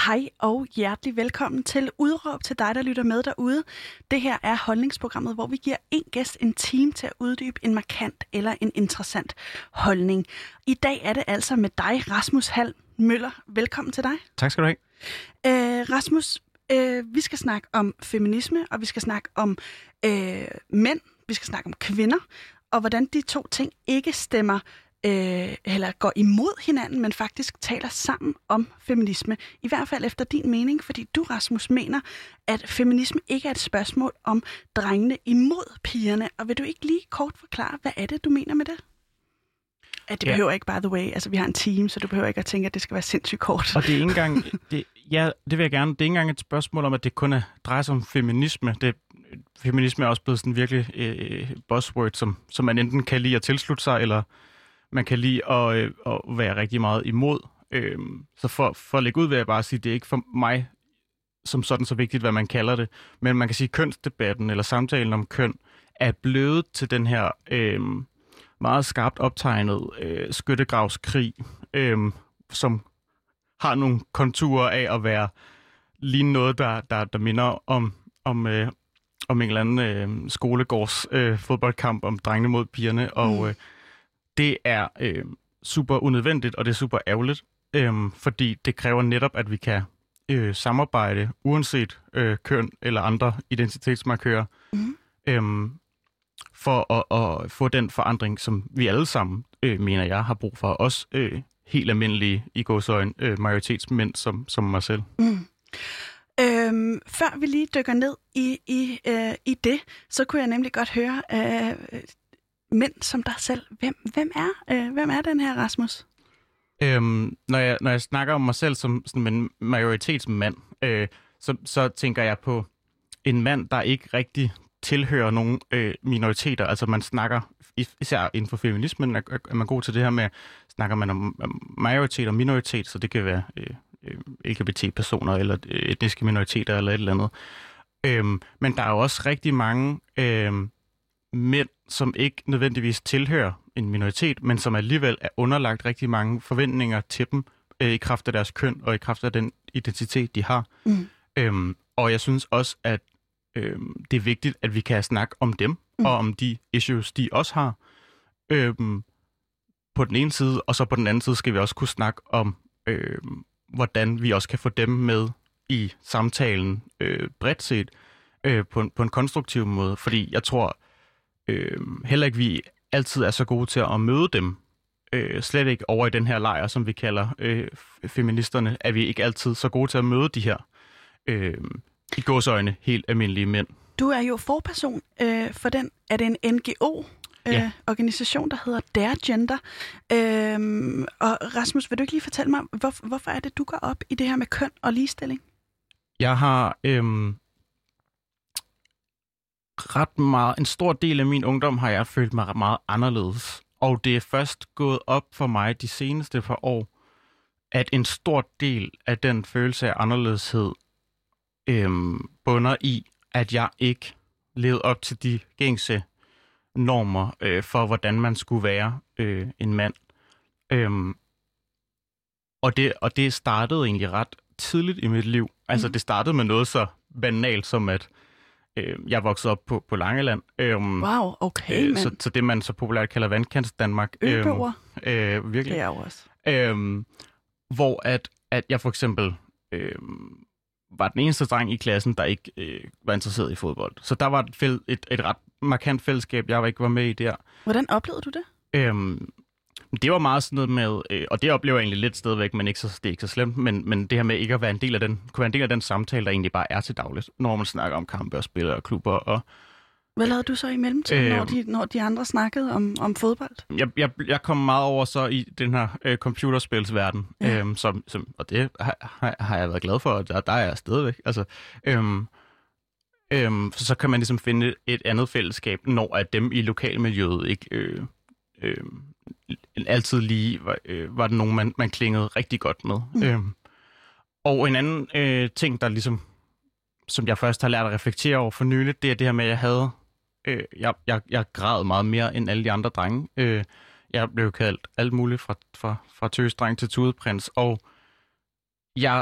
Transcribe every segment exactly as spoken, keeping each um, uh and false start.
Hej og hjertelig velkommen til Udråb til dig, der lytter med derude. Det her er holdningsprogrammet, hvor vi giver en gæst en time til at uddybe en markant eller en interessant holdning. I dag er det altså med dig, Rasmus Hall Møller. Velkommen til dig. Tak skal du have. Øh, Rasmus, øh, vi skal snakke om feminisme, og vi skal snakke om øh, mænd, vi skal snakke om kvinder, og hvordan de to ting ikke stemmer Øh, eller går imod hinanden, men faktisk taler sammen om feminisme. I hvert fald efter din mening, fordi du, Rasmus, mener, at feminisme ikke er et spørgsmål om drengene imod pigerne. Og vil du ikke lige kort forklare, hvad er det, du mener med det? At det ja. behøver ikke, by the way, altså vi har en team, så du behøver ikke at tænke, at det skal være sindssygt kort. Og det er ikke engang, det, ja, det vil jeg gerne, det er ikke engang et spørgsmål om, at det kun er, drejer sig om feminisme. Det, feminisme er også blevet sådan virkelig øh, buzzword, som, som man enten kan lide at tilslutte sig, eller man kan lide at, øh, at være rigtig meget imod. Øhm, så for, for at lægge ud vil jeg bare sige, at det er ikke for mig som sådan så vigtigt, hvad man kalder det. Men man kan sige, at kønsdebatten eller samtalen om køn er blevet til den her øh, meget skarpt optegnet øh, skyttegravskrig, øh, som har nogle konturer af at være lige noget, der, der, der minder om, om, øh, om en eller anden øh, skolegårds øh, fodboldkamp om drengene mod pigerne. Og øh, det er øh, super unødvendigt, og det er super ærgerligt, øh, fordi det kræver netop, at vi kan øh, samarbejde, uanset øh, køn eller andre identitetsmarkører, mm. øh, for at, at få den forandring, som vi alle sammen, øh, mener jeg, har brug for. Også øh, helt almindelige, i gåseøjne, øh, majoritetsmænd som, som mig selv. Mm. Øhm, før vi lige dykker ned i, i, øh, i det, så kunne jeg nemlig godt høre øh, mænd som dig selv. Hvem, hvem, er, øh, hvem er den her, Rasmus? Øhm, når, jeg, når jeg snakker om mig selv som sådan en majoritetsmand, øh, så, så tænker jeg på en mand, der ikke rigtig tilhører nogen øh, minoriteter. Altså man snakker, især inden for feminismen, er, er man god til det her med, snakker man om majoritet og minoritet, så det kan være øh, L G B T-personer eller etniske minoriteter eller et eller andet. Øhm, men der er jo også rigtig mange øh, mænd, som ikke nødvendigvis tilhører en minoritet, men som alligevel er underlagt rigtig mange forventninger til dem øh, i kraft af deres køn og i kraft af den identitet, de har. Mm. Øhm, og jeg synes også, at øh, det er vigtigt, at vi kan snakke om dem mm. og om de issues, de også har. Øhm, på den ene side, og så på den anden side skal vi også kunne snakke om, øh, hvordan vi også kan få dem med i samtalen øh, bredt set øh, på, en, på en konstruktiv måde. Fordi jeg tror øh, heller ikke, vi altid er så gode til at møde dem. Øh, slet ikke over i den her lejr, som vi kalder øh, feministerne, er vi ikke altid så gode til at møde de her øh, i gåseøjne helt almindelige mænd. Du er jo forperson øh, for den. Er det en N G O? Øh, ja. Organisation, der hedder Dare Gender. Øhm, og Rasmus, vil du ikke lige fortælle mig, hvor, hvorfor er det, du går op i det her med køn og ligestilling? Jeg har øhm, ret meget, en stor del af min ungdom har jeg følt mig meget anderledes. Og det er først gået op for mig de seneste par år, at en stor del af den følelse af anderledeshed øhm, bunder i, at jeg ikke levede op til de gængse normer øh, for, hvordan man skulle være øh, en mand. Øhm, og, det, og det startede egentlig ret tidligt i mit liv. Altså, mm. det startede med noget så banalt som, at øh, jeg voksede op på, på Langeland. Øhm, wow, okay, øh, så, så det, man så populært kalder vandkants Danmark. Ølbøger. Øhm, øh, virkelig. Det er jeg også. Øhm, hvor at, at jeg for eksempel øh, var den eneste dreng i klassen, der ikke øh, var interesseret i fodbold. Så der var et, fæld, et, et ret markant fællesskab, jeg ikke var med i der. Hvordan oplevede du det? Øhm, det var meget sådan noget med, øh, og det oplever jeg egentlig lidt stadigvæk, men ikke så, det er ikke så slemt, men, men det her med ikke at være en del af den, kunne være en del af den samtale, der egentlig bare er til dagligt, når man snakker om kampe og spillere og klubber. Og, hvad lavede du så i mellemtiden, øh, når, de, når de andre snakkede om, om fodbold? Jeg, jeg, jeg kom meget over så i den her øh, computerspilsverden, ja. øhm, som, som, og det har, har jeg været glad for, og der, der er jeg stadigvæk. Altså, øhm, øhm, så, så kan man ligesom finde et andet fællesskab, når at dem i lokalmiljøet ikke øh, øh, altid lige var, øh, var det nogen, man, man klingede rigtig godt med. Mm. Øhm, og en anden øh, ting, der ligesom, som jeg først har lært at reflektere over for nyligt, det er det her med, at jeg havde Øh, jeg, jeg, jeg græd meget mere end alle de andre drenge. Øh, jeg blev kaldt alt muligt fra, fra, fra tøsdreng til tudeprins, og jeg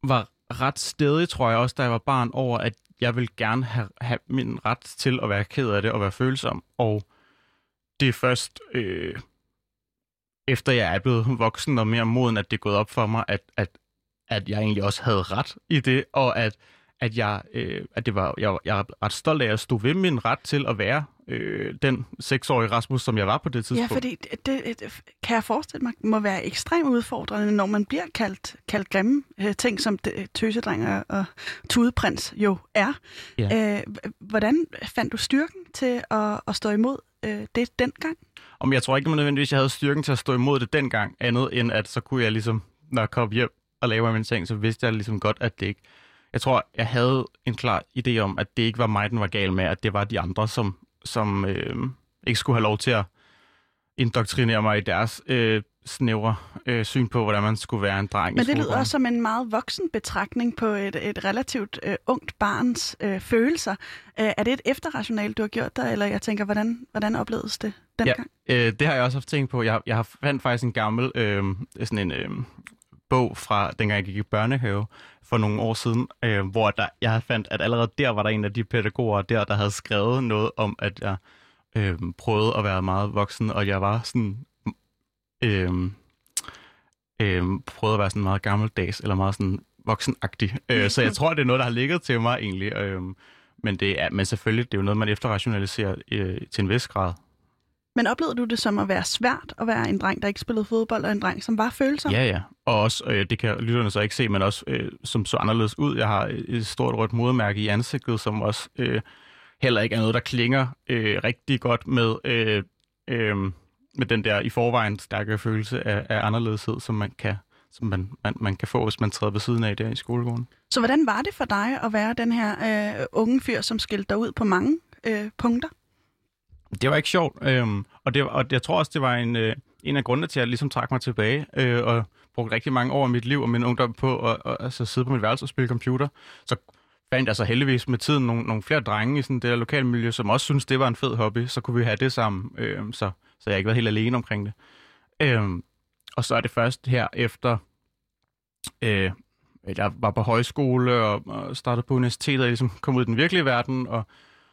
var ret stedig, tror jeg også, da jeg var barn, over, at jeg vil gerne have, have min ret til at være ked af det og være følsom. Og det er først øh, efter jeg er blevet voksen og mere moden, at det er gået op for mig, at, at, at jeg egentlig også havde ret i det, og at, at, jeg, øh, at det var, jeg, jeg er ret stolt af at stå ved min ret til at være øh, den seksårige Rasmus, som jeg var på det tidspunkt. Ja, fordi det, det kan jeg forestille mig, må være ekstremt udfordrende, når man bliver kaldt, kaldt grimme øh, ting, som det, tøsedreng og tudeprins jo er. Ja. Øh, hvordan fandt du styrken til at, at stå imod øh, det dengang? Om jeg tror ikke nødvendigvis, jeg havde styrken til at stå imod det dengang, andet end at så kunne jeg ligesom, når jeg kom hjem og lavede min ting, så vidste jeg ligesom godt, at det ikke... Jeg tror, jeg havde en klar idé om, at det ikke var mig, den var gal med, at det var de andre, som, som øh, ikke skulle have lov til at indoktrinere mig i deres øh, snævre øh, syn på, hvordan man skulle være en dreng. Men det lyder også som en meget voksen betragtning på et, et relativt øh, ungt barns øh, følelser. Øh, er det et efterrationale, du har gjort der, eller jeg tænker, hvordan, hvordan oplevedes det dengang? Ja, øh, det har jeg også haft tænkt på. Jeg, jeg har fandt faktisk en gammel øh, sådan en øh, bog fra dengang jeg gik i børnehave for nogle år siden, øh, hvor der, jeg fandt, at allerede der var der en af de pædagoger der, der havde skrevet noget om, at jeg øh, prøvede at være meget voksen, og jeg var sådan... Øh, øh, prøvede at være sådan meget gammeldags, eller meget sådan voksenagtig. Øh, så jeg tror, det er noget, der har ligget til mig egentlig. Øh, men, det er, men selvfølgelig, det er jo noget, man efterrationaliserer øh, til en vis grad. Men oplevede du det som at være svært at være en dreng, der ikke spillede fodbold, og en dreng, som var følsom? Ja, ja. Og også, øh, det kan lytterne så ikke se, men også øh, som så anderledes ud. Jeg har et stort rødt modermærke i ansigtet, som også øh, heller ikke er noget, der klinger øh, rigtig godt med... Øh, øh, med den der i forvejen stærke følelse af, af anderledeshed, som man kan, som man, man, man kan få, hvis man træder ved siden af der i skolegården. Så hvordan var det for dig at være den her øh, unge fyr, som skilte dig ud på mange øh, punkter? Det var ikke sjovt, øhm, og, det, og jeg tror også, det var en, øh, en af grundene til, at jeg ligesom trak mig tilbage øh, og brugte rigtig mange år af mit liv og min ungdom på at og, altså, sidde på mit værelse og spille computer. Så fandt jeg så heldigvis med tiden nogle, nogle flere drenge i sådan det der lokale miljø, som også synes det var en fed hobby. Så kunne vi have det sammen, øh, så, så jeg ikke været helt alene omkring det. Øh, og så er det først her efter, øh, jeg var på højskole og, og startede på universitetet, og ligesom kom ud i den virkelige verden og,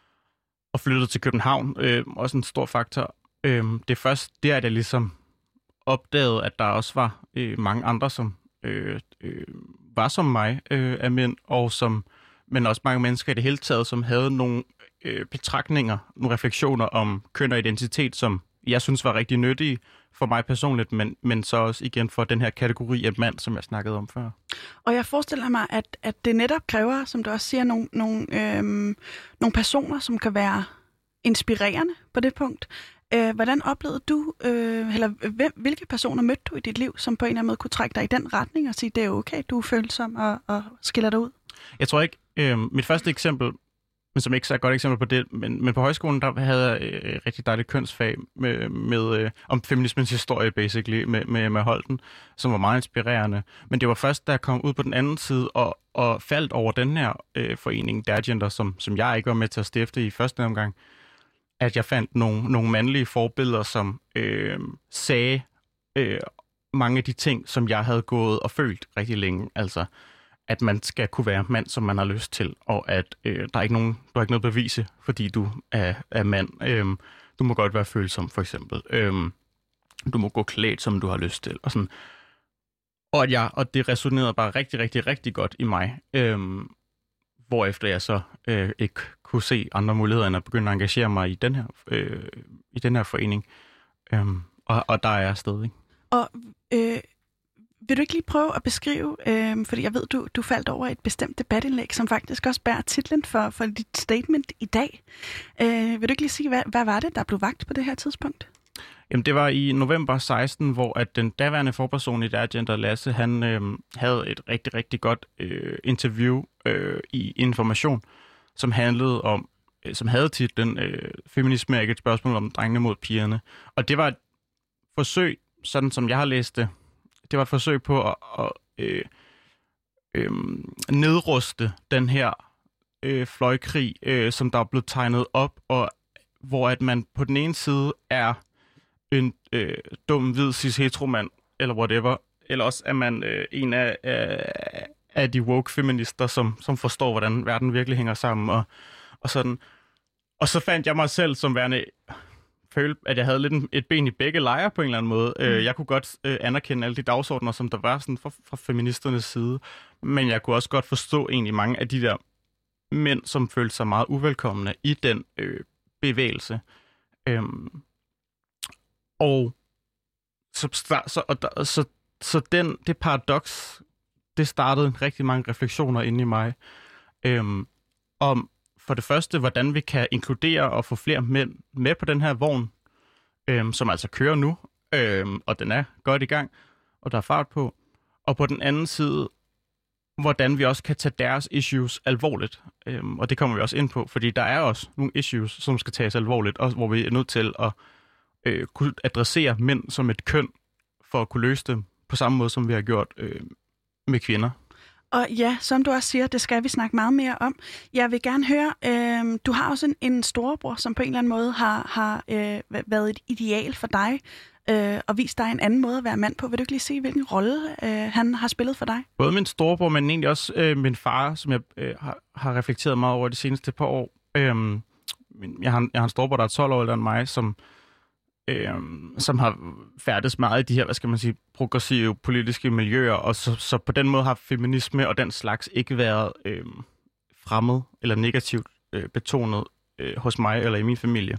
og flyttede til København. Øh, også en stor faktor. Øh, det er først der, at jeg ligesom opdagede, at der også var øh, mange andre, som øh, øh, var som mig øh, af mænd, og som men også mange mennesker i det hele taget, som havde nogle øh, betragtninger, nogle refleksioner om køn og identitet, som jeg synes var rigtig nyttige for mig personligt, men, men så også igen for den her kategori af mand, som jeg snakkede om før. Og jeg forestiller mig, at, at det netop kræver, som du også siger, nogle, nogle, øhm, nogle personer, som kan være inspirerende på det punkt. Øh, hvordan oplevede du, øh, eller hvem, hvilke personer mødte du i dit liv, som på en eller anden måde kunne trække dig i den retning og sige, det er okay, du er følsom og, og skiller dig ud? Jeg tror ikke, øh, mit første eksempel, men som ikke er et godt eksempel på det, men, men på højskolen, der havde jeg øh, rigtig dejligt kønsfag med, med, øh, om feminismens historie, basically, med, med, med Holten, som var meget inspirerende. Men det var først, da jeg kom ud på den anden side og, og faldt over den her øh, forening, Dergender, som, som jeg ikke var med til at stifte i første omgang, at jeg fandt nogle, nogle mandlige forbilleder, som øh, sagde øh, mange af de ting, som jeg havde gået og følt rigtig længe. Altså, at man skal kunne være mand, som man har lyst til, og at øh, der er ikke nogen, du har ikke noget bevise, fordi du er, er mand. Øh, du må godt være følsom, for eksempel. Øh, du må gå klædt, som du har lyst til. Og, sådan. Og, at jeg, og det resonerede bare rigtig, rigtig, rigtig godt i mig. Øh, hvorefter jeg så øh, ikke kunne se andre muligheder, end at begynde at engagere mig i den her, øh, i den her forening. Øh, og, og der er jeg stadig. Og øh, vil du ikke lige prøve at beskrive, øh, fordi jeg ved, du, du faldt over et bestemt debatindlæg, som faktisk også bærer titlen for, for dit statement i dag. Øh, vil du ikke lige sige, hvad, hvad var det, der blev vagt på det her tidspunkt? Jamen, det var i november seksten, hvor at den daværende forperson i Dergender, Lasse, han øh, havde et rigtig, rigtig godt øh, interview øh, i Information, som handlede om, øh, som havde titlen øh, Feminisme er ikke et spørgsmål om drengene mod pigerne. Og det var et forsøg, sådan som jeg har læst det, det var et forsøg på at, at øh, øh, nedruste den her øh, fløjkrig, øh, som der er blevet tegnet op, og hvor at man på den ene side er en øh, dum, hvid, cis-heteromand, eller whatever, eller også er man øh, en af, af, af de woke feminister, som, som forstår, hvordan verden virkelig hænger sammen, og, og sådan. Og så fandt jeg mig selv som værende, følte, at jeg havde lidt et ben i begge lejre på en eller anden måde. Mm. Jeg kunne godt øh, anerkende alle de dagsordner, som der var sådan fra, fra feministernes side, men jeg kunne også godt forstå egentlig mange af de der mænd, som følte sig meget uvelkomne i den øh, bevægelse. Øhm, og så, så, og, så, så den, det paradoks, det startede rigtig mange refleksioner inde i mig, øhm, om for det første, hvordan vi kan inkludere og få flere mænd med på den her vogn, øhm, som altså kører nu, øhm, og den er godt i gang, og der er fart på. Og på den anden side, hvordan vi også kan tage deres issues alvorligt. Øhm, og det kommer vi også ind på, fordi der er også nogle issues, som skal tages alvorligt, også hvor vi er nødt til at øh, kunne adressere mænd som et køn, for at kunne løse dem på samme måde, som vi har gjort øh, med kvinder. Og ja, som du også siger, det skal vi snakke meget mere om. Jeg vil gerne høre, øh, du har også en, en storebror, som på en eller anden måde har, har øh, været et ideal for dig, øh, og vist dig en anden måde at være mand på. Vil du ikke lige se, hvilken rolle øh, han har spillet for dig? Både min storebror, men egentlig også øh, min far, som jeg øh, har, har reflekteret meget over de seneste par år. Øh, jeg, har, jeg har en storebror, der er tolv år ældre end mig, som Øh, som har færdes meget i de her, hvad skal man sige, progressive politiske miljøer, og så, så på den måde har feminisme og den slags ikke været øh, fremmed eller negativt øh, betonet øh, hos mig eller i min familie.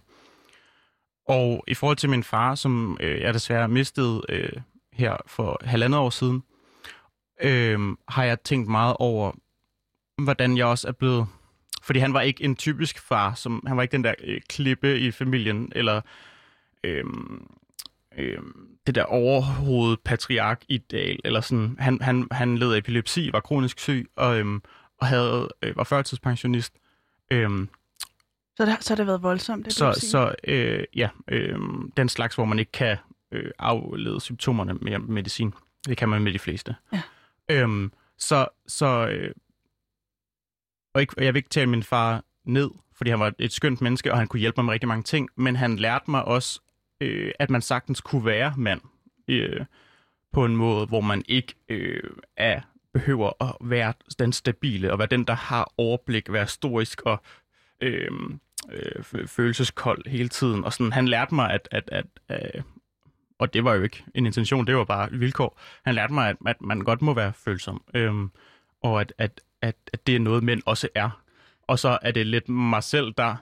Og i forhold til min far, som øh, jeg desværre mistede øh, her for halvandet år siden, øh, har jeg tænkt meget over, hvordan jeg også er blevet, fordi han var ikke en typisk far, som, han var ikke den der øh, klippe i familien, eller Øhm, øhm, det der overhovedet patriark-ideal, eller sådan, han, han, han led af epilepsi, var kronisk syg, og, øhm, og havde, øh, var førtidspensionist. Øhm, så, det, så har det været voldsomt, det så, så øh, ja, øh, den slags, hvor man ikke kan øh, aflede symptomerne med medicin. Det kan man med de fleste. Ja. Øhm, så, så øh, og, ikke, og jeg vil ikke tale min far ned, fordi han var et skønt menneske, og han kunne hjælpe mig med rigtig mange ting, men han lærte mig også, øh, at man sagtens kunne være mand øh, på en måde, hvor man ikke øh, er, behøver at være den stabile, og være den, der har overblik, være storisk og øh, øh, følelseskold hele tiden. Og sådan, han lærte mig, at, at, at, at og det var jo ikke en intention, det var bare et vilkår. Han lærte mig, at, at man godt må være følsom, øh, og at, at, at, at det er noget, mænd også er. Og så er det lidt mig selv, der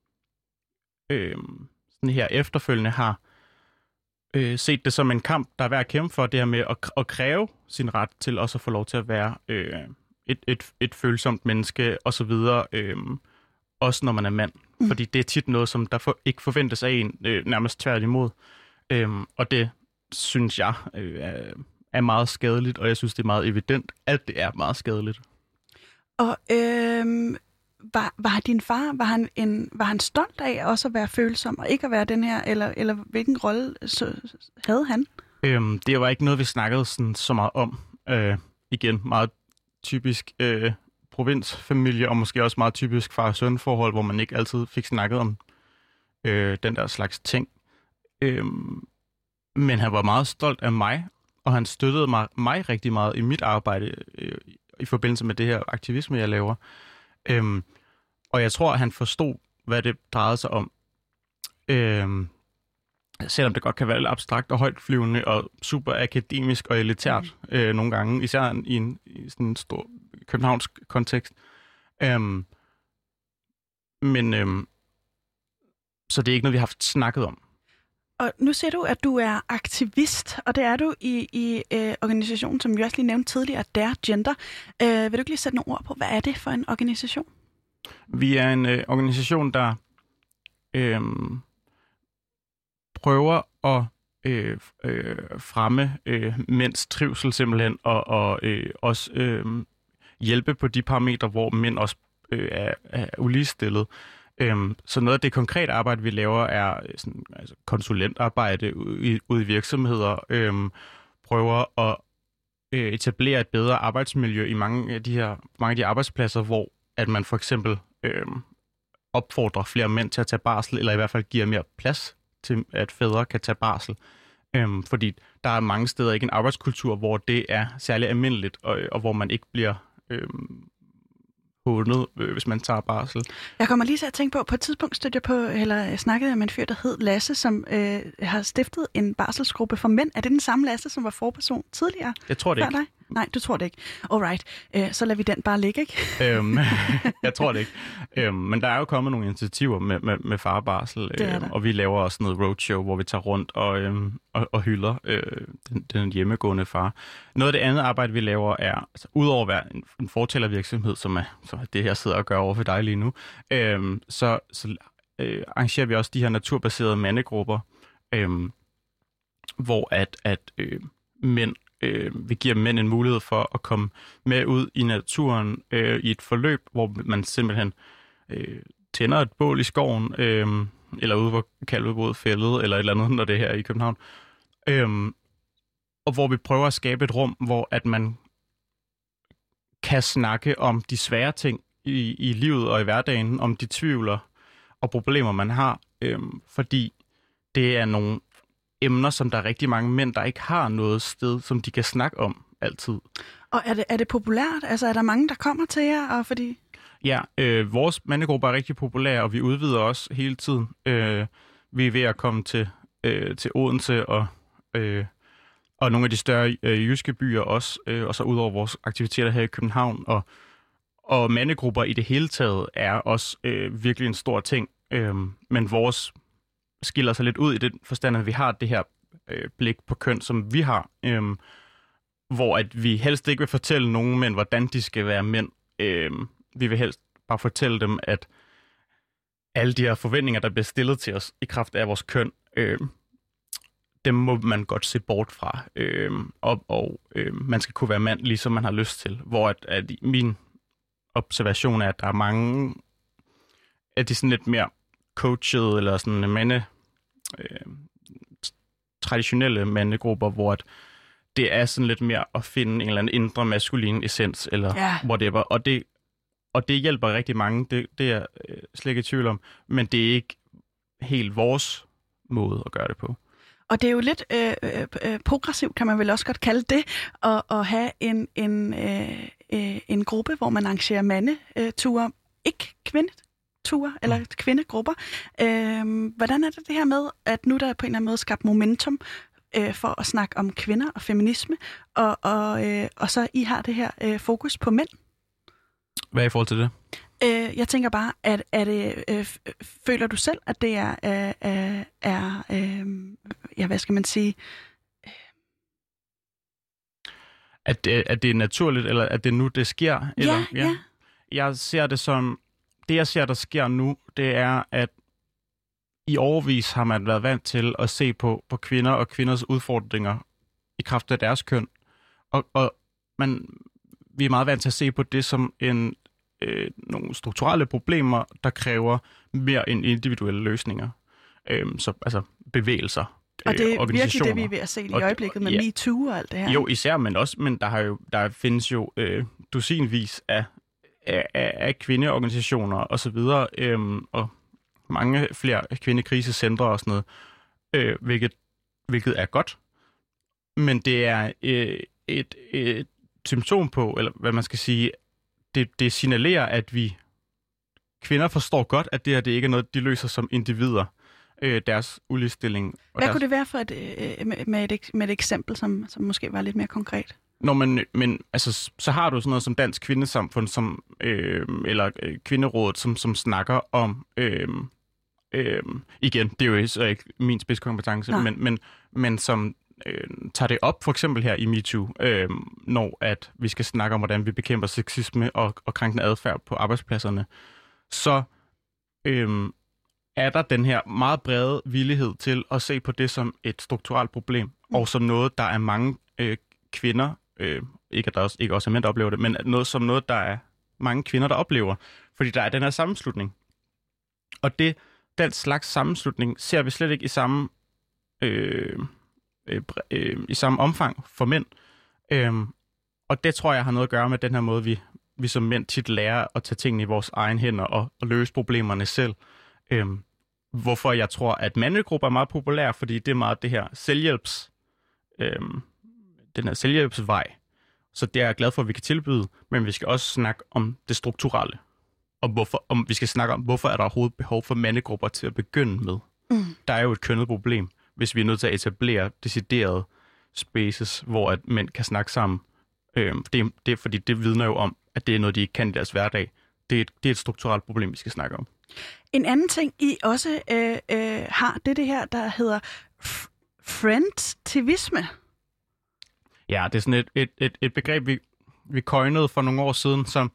øh, sådan her efterfølgende har øh, set det som en kamp, der er værd at kæmpe for, det her med at, at kræve sin ret til også at få lov til at være øh, et, et, et følsomt menneske og så videre, øh, også når man er mand. Mm. Fordi det er tit noget, som der for, ikke forventes af en, øh, nærmest tværtimod. Øh, og det synes jeg øh, er, er meget skadeligt, og jeg synes, det er meget evident, at det er meget skadeligt. Og øh... Var, var din far, var han, en, var han stolt af også at være følsom og ikke at være den her, eller, eller hvilken rolle så, havde han? Øhm, det var ikke noget, vi snakkede sådan, så meget om. Øh, igen, meget typisk øh, provinsfamilie, og måske også meget typisk far-søn-forhold, hvor man ikke altid fik snakket om øh, den der slags ting. Øh, men han var meget stolt af mig, og han støttede mig, mig rigtig meget i mit arbejde øh, i forbindelse med det her aktivisme, jeg laver. Øhm, og jeg tror, at han forstod, hvad det drejede sig om. Øhm, selvom det godt kan være lidt abstrakt og højtflyvende og super akademisk og elitært mm. øh, nogle gange, især i en, i sådan en stor københavnsk kontekst. Øhm, men øhm, så det er ikke noget, vi har haft snakket om. Og nu siger du, at du er aktivist, og det er du i, i øh, organisationen, som vi også lige nævnte tidligere, Dare Gender. Øh, vil du ikke lige sætte nogle ord på, hvad er det for en organisation? Vi er en øh, organisation, der øh, prøver at øh, øh, fremme øh, mænds trivsel simpelthen, og, og øh, også øh, hjælpe på de parametre, hvor mænd også øh, er, er uligestillet. Øhm, så noget af det konkrete arbejde, vi laver, er sådan, altså konsulentarbejde ude i, ude i virksomheder, øhm, prøver at øh, etablere et bedre arbejdsmiljø i mange af de her mange af de arbejdspladser, hvor at man for eksempel øhm, opfordrer flere mænd til at tage barsel, eller i hvert fald giver mere plads til, at fædre kan tage barsel. Øhm, fordi der er mange steder ikke en arbejdskultur, hvor det er særlig almindeligt, og, og hvor man ikke bliver øhm, hånet, øh, hvis man tager barsel. Jeg kommer lige til at tænke på, på et tidspunkt stødte jeg på, eller snakkede jeg med en fyr, der hed Lasse, som øh, har stiftet en barselsgruppe for mænd. Er det den samme Lasse, som var forperson tidligere? Jeg tror det ikke. Dig? Nej, du tror det ikke. Alright, øh, så lader vi den bare ligge, ikke? øhm, jeg tror det ikke. Øhm, men der er jo kommet nogle initiativer med, med, med farbarsel, øh, og vi laver også noget roadshow, hvor vi tager rundt og, øhm, og, og hylder øh, den, den hjemmegående far. Noget af det andet arbejde, vi laver, er, altså, udover at være en, en fortælervirksomhed, som er, som er det, jeg sidder og gør over for dig lige nu, øh, så, så øh, arrangerer vi også de her naturbaserede mandegrupper, øh, hvor at, at øh, mænd Øh, vi giver mænd en mulighed for at komme med ud i naturen øh, i et forløb, hvor man simpelthen øh, tænder et bål i skoven, øh, eller ude hvor Kalvebod fældet, eller et eller andet, når det er her i København. Øh, og hvor vi prøver at skabe et rum, hvor at man kan snakke om de svære ting i, i livet og i hverdagen, om de tvivler og problemer, man har, øh, fordi det er nogle emner, som der er rigtig mange mænd, der ikke har noget sted, som de kan snakke om altid. Og er det, er det populært? Altså, er der mange, der kommer til jer? Og fordi... Ja, øh, vores mandegruppe er rigtig populær, og vi udvider også hele tiden. Øh, vi er ved at komme til, øh, til Odense og, øh, og nogle af de større øh, jyske byer også, øh, og så ud over vores aktiviteter her i København. Og, og mandegrupper i det hele taget er også øh, virkelig en stor ting, øh, men vores skiller sig lidt ud i den forstand, at vi har det her øh, blik på køn, som vi har, øh, hvor at vi helst ikke vil fortælle nogen mænd, hvordan de skal være mænd. Øh, vi vil helst bare fortælle dem, at alle de her forventninger, der bliver stillet til os i kraft af vores køn, øh, dem må man godt se bort fra. Øh, og og øh, man skal kunne være mand, ligesom man har lyst til. Hvor at, at min observation er, at der er mange af de sådan lidt mere coachet eller sådan mande, øh, traditionelle mandegrupper, hvor at det er sådan lidt mere at finde en eller anden indre maskulin essens, eller ja. whatever. Og det, og det hjælper rigtig mange, det, det er jeg øh, slet ikke i tvivl om, men det er ikke helt vores måde at gøre det på. Og det er jo lidt øh, øh, progressivt, kan man vel også godt kalde det, at, at have en, en, øh, øh, en gruppe, hvor man arrangerer mandeture, ikke kvindeture, eller kvindegrupper. Øh, hvordan er det det her med, at nu der er på en eller anden måde skabt momentum øh, for at snakke om kvinder og feminisme, og, og, øh, og så I har det her øh, fokus på mænd? Hvad er i forhold til det? Øh, jeg tænker bare, at er det, øh, føler du selv, at det er, øh, er øh, ja, hvad skal man sige? At, at det er naturligt, eller at det nu, det sker? Eller? Ja, ja. Jeg ser det som, det jeg ser, der sker nu, det er, at i årevis har man været vant til at se på, på kvinder og kvinders udfordringer i kraft af deres køn. Og, og man, vi er meget vant til at se på det som en Øh, nogle strukturelle problemer, der kræver mere end individuelle løsninger. Øhm, så altså bevægelser, og det er øh, virkelig det, vi er ved at se i øjeblikket med ja, MeToo og alt det her. Jo, især, men også, men der, har jo, der findes jo øh, dusinvis af, af, af kvindeorganisationer og så videre, øh, og mange flere kvindekrisecentre og sådan noget, øh, hvilket, hvilket er godt. Men det er øh, et, et symptom på, eller hvad man skal sige, Det, det signalerer, at vi kvinder forstår godt, at det her det ikke er noget, de løser som individer, øh, deres uligestilling. Hvad deres... kunne det være for et, øh, med, med, et, med et eksempel, som, som måske var lidt mere konkret? Nå, men, men altså, så har du sådan noget som Dansk Kvindesamfund, som, øh, eller øh, Kvinderådet, som, som snakker om, øh, øh, igen, det er jo så ikke min spidskompetence, men, men, men som øh, tager det op, for eksempel her i MeToo, øh, når at vi skal snakke om, hvordan vi bekæmper sexisme og, og krænkende adfærd på arbejdspladserne, så øh, er der den her meget brede villighed til at se på det som et strukturelt problem, mm. og som noget, der er mange øh, kvinder, øh, ikke at der også, ikke også er mænd, der oplever det, men noget som noget, der er mange kvinder, der oplever, fordi der er den her sammenslutning. Og det, den slags sammenslutning ser vi slet ikke i samme øh, øh, øh, i samme omfang for mænd. Øh, og det tror jeg har noget at gøre med den her måde, vi, vi som mænd tit lærer at tage tingene i vores egen hænder og, og løse problemerne selv. Øh, hvorfor jeg tror, at mandegrupper er meget populære, fordi det er meget det her selvhjælps øh, den her selvhjælpsvej. Så det er jeg glad for, at vi kan tilbyde, men vi skal også snakke om det strukturelle. Og hvorfor, om vi skal snakke om, hvorfor er der overhovedet behov for mandegrupper til at begynde med. Mm. Der er jo et kønnet problem, hvis vi er nødt til at etablere deciderede spaces, hvor at mænd kan snakke sammen. Øh, det, det er fordi, det vidner jo om, at det er noget, de ikke kan i deres hverdag. Det er et, det er et strukturelt problem, vi skal snakke om. En anden ting, I også øh, øh, har, det er det her, der hedder f- friendtivisme. Ja, det er sådan et, et, et, et begreb, vi, vi coinede for nogle år siden, som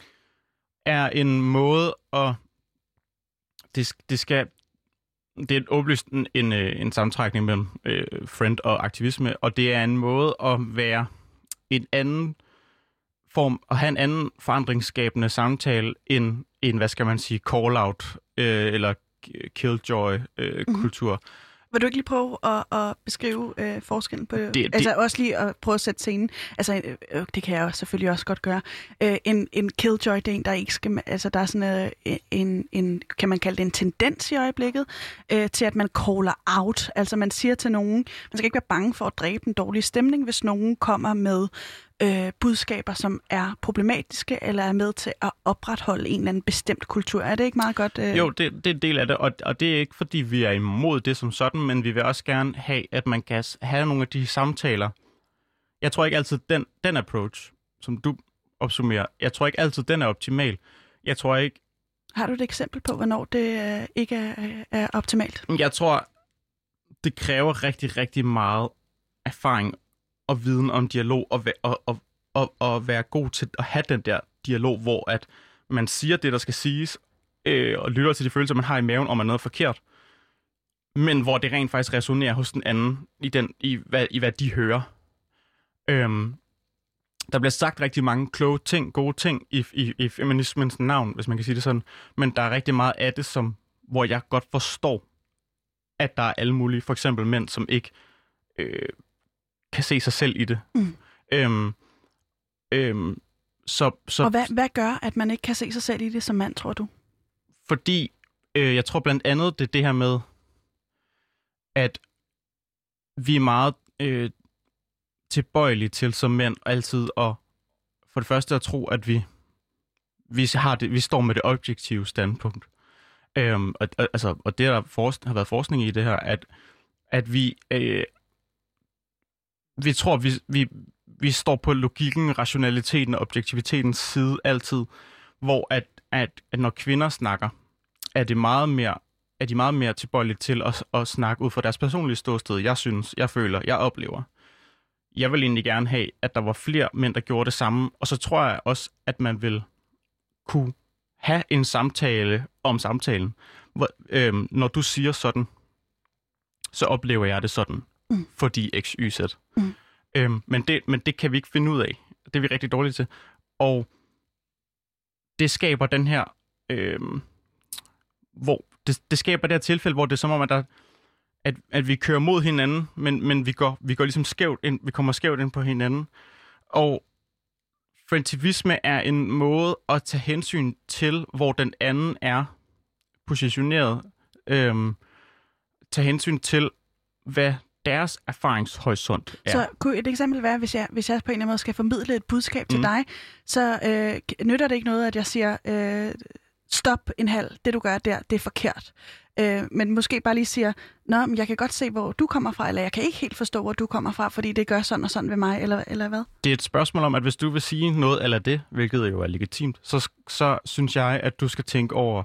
er en måde at... Det, det skal... Det er et åbenlyst en, en, en sammentrækning mellem øh, friend og aktivisme, og det er en måde at være en anden form, at have en anden forandringsskabende samtale end en, hvad skal man sige, call-out øh, eller killjoy-kultur. Øh, mm-hmm. Vil du ikke lige prøve at, at beskrive øh, forskellen på det? det? Altså det, også lige at prøve at sætte scenen. Altså, øh, det kan jeg jo selvfølgelig også godt gøre. Øh, en, en killjoy, det er en, der ikke skal... Altså, der er sådan øh, en, en, kan man kalde det en tendens i øjeblikket, øh, til at man caller out. Altså, man siger til nogen, man skal ikke være bange for at dræbe en dårlig stemning, hvis nogen kommer med øh, budskaber, som er problematiske, eller er med til at opretholde en eller anden bestemt kultur. Er det ikke meget godt? Øh... Jo, det, det er en del af det, og, og det er ikke, fordi vi er imod det som sådan, men vi vil også gerne have, at man kan have nogle af de samtaler. Jeg tror ikke altid, den, den approach, som du opsummerer, jeg tror ikke altid, den er optimal. Jeg tror ikke... Har du et eksempel på, hvornår det øh, ikke er, er optimalt? Jeg tror, det kræver rigtig, rigtig meget erfaring og viden om dialog, og, og, og, og, og være god til at have den der dialog, hvor at man siger det, der skal siges, øh, og lytter til de følelser, man har i maven, om man er noget forkert, men hvor det rent faktisk resonerer hos den anden, i, den, i, hvad, i hvad de hører. Øhm, der bliver sagt rigtig mange kloge ting, gode ting i, i, i feminismens navn, hvis man kan sige det sådan, men der er rigtig meget af det, som, hvor jeg godt forstår, at der er alle mulige, for eksempel mænd, som ikke øh, kan se sig selv i det. Mm. Øhm, øhm, så, så, og hvad, hvad gør, at man ikke kan se sig selv i det som mand, tror du? Fordi øh, jeg tror blandt andet, det er det her med, at vi er meget øh, tilbøjelige til som mænd altid at for det første at tro, at vi, vi, har det, vi står med det objektive standpunkt. Øhm, og, altså, og det der forsk- har været forskning i det her, at, at vi, øh, vi tror, vi, vi, vi står på logikken, rationaliteten og objektivitetens side altid, hvor at, at, at når kvinder snakker, er det meget mere er de meget mere tilbøjelige til at, at snakke ud fra deres personlige ståsted. Jeg synes, jeg føler, jeg oplever. Jeg vil egentlig gerne have, at der var flere mænd, der gjorde det samme. Og så tror jeg også, at man vil kunne have en samtale om samtalen. Hvor, øhm, når du siger sådan, så oplever jeg det sådan, mm. fordi X, Y, Z. Mm. Øhm, men, det, men det kan vi ikke finde ud af. Det er vi rigtig dårlige til. Og det skaber den her... Øhm, hvor det, det skaber det her tilfælde, hvor det er som om, at, der, at, at vi kører mod hinanden, men, men vi, går, vi går ligesom skævt ind, vi kommer skævt ind på hinanden. Og friendtivisme er en måde at tage hensyn til, hvor den anden er positioneret. Øhm, tage hensyn til, hvad deres erfaringshorisont er. Så kunne et eksempel være, hvis jeg, hvis jeg på en eller anden måde skal formidle et budskab til mm. dig, så øh, nytter det ikke noget, at jeg siger... Øh, stop en halv, det du gør der, det er forkert. Øh, men måske bare lige siger, nå, men jeg kan godt se, hvor du kommer fra, eller jeg kan ikke helt forstå, hvor du kommer fra, fordi det gør sådan og sådan ved mig, eller, eller hvad? Det er et spørgsmål om, at hvis du vil sige noget eller det, hvilket jo er legitimt, så, så synes jeg, at du skal tænke over,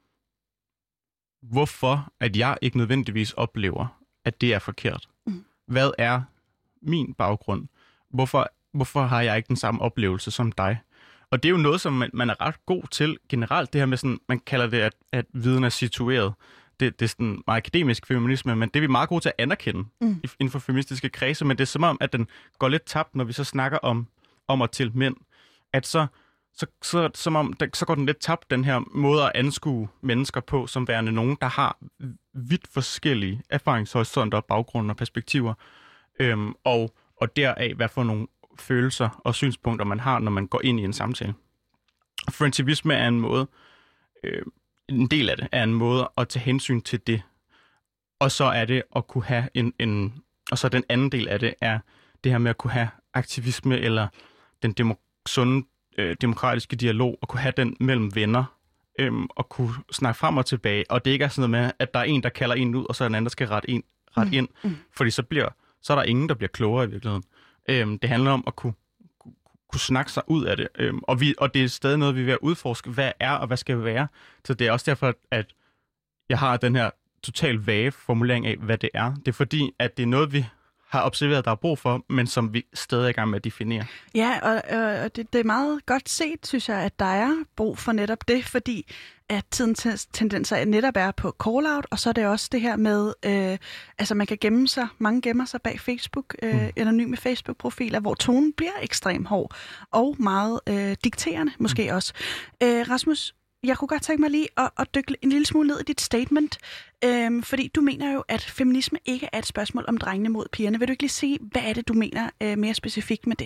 hvorfor at jeg ikke nødvendigvis oplever, at det er forkert. Mm. Hvad er min baggrund? Hvorfor, hvorfor har jeg ikke den samme oplevelse som dig? Og det er jo noget, som man, man er ret god til generelt, det her med sådan, man kalder det, at, at viden er situeret. Det, det er sådan meget akademisk feminisme, men det er vi meget gode til at anerkende mm. inden for feministiske kredse, men det er som om, at den går lidt tabt, når vi så snakker om, om og til mænd. At så, så, så, som om, der, så går den lidt tabt, den her måde at anskue mennesker på, som værende nogen, der har vidt forskellige erfaringshorisonter, baggrunde og perspektiver. Øhm, og, og deraf, hvad for nogle følelser og synspunkter, man har, når man går ind i en samtale. Friendtivisme er en måde, øh, en del af det, er en måde at tage hensyn til det. Og så er det at kunne have en, en, og så den anden del af det er det her med at kunne have aktivisme eller den demo- sunde øh, demokratiske dialog, og kunne have den mellem venner, øhm, og kunne snakke frem og tilbage, og det ikke er sådan noget med, at der er en, der kalder en ud, og så er den anden, der skal rette, en, rette mm. ind, mm. fordi så, bliver, så er der ingen, der bliver klogere i virkeligheden. Øhm, det handler om at kunne, kunne, kunne snakke sig ud af det, øhm, og, vi, og det er stadig noget, vi er ved at udforske, hvad er og hvad skal være. Så det er også derfor, at jeg har den her totalt vage formulering af, hvad det er. Det er fordi, at det er noget, vi har observeret, der er brug for, men som vi stadig er i gang med at definere. Ja, og, og det, det er meget godt set, synes jeg, at der er brug for netop det, fordi at tidens tendenser netop er på call-out, og så er det også det her med, øh, altså man kan gemme sig, mange gemmer sig bag Facebook, øh, mm. anonyme Facebook-profiler, hvor tonen bliver ekstremt hård, og meget øh, dikterende måske mm. også. Øh, Rasmus, jeg kunne godt tænke mig lige at, at dykke en lille smule ned i dit statement, øhm, fordi du mener jo, at feminisme ikke er et spørgsmål om drengene mod pigerne. Vil du ikke lige sige, hvad er det, du mener øh, mere specifikt med det?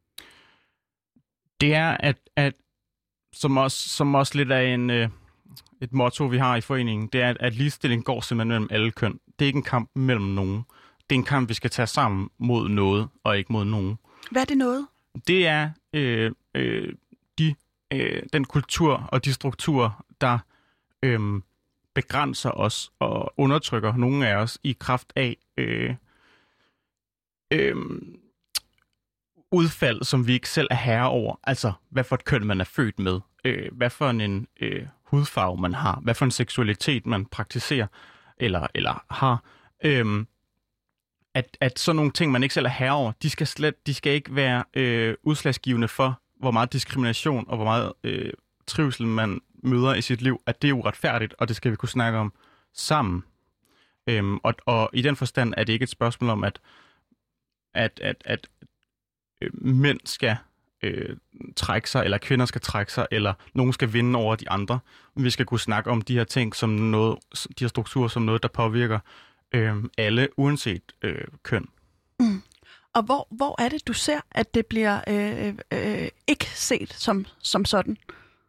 Det er, at, at som, også, som også lidt af en, øh, et motto, vi har i foreningen, det er, at, at ligestilling går simpelthen mellem alle køn. Det er ikke en kamp mellem nogen. Det er en kamp, vi skal tage sammen mod noget, og ikke mod nogen. Hvad er det noget? Det er øh, øh, de Øh, den kultur og de strukturer, der øh, begrænser os og undertrykker nogle af os i kraft af øh, øh, udfald, som vi ikke selv er herre over. Altså, hvad for et køn man er født med, øh, hvad for en øh, hudfarve man har, hvad for en seksualitet man praktiserer eller, eller har. Øh, at, at sådan nogle ting, man ikke selv er herre over, de skal, slet, de skal ikke være øh, udslagsgivende for, hvor meget diskrimination og hvor meget øh, trivsel man møder i sit liv, at det er uretfærdigt, og det skal vi kunne snakke om sammen. Øhm, og, og i den forstand er det ikke et spørgsmål om, at, at, at, at øh, mænd skal øh, trække sig, eller kvinder skal trække sig, eller nogen skal vinde over de andre. Vi skal kunne snakke om de her ting som noget, de her strukturer som noget, der påvirker øh, alle, uanset øh, køn. Mm. Og hvor, hvor er det, du ser, at det bliver øh, øh, ikke set som, som sådan?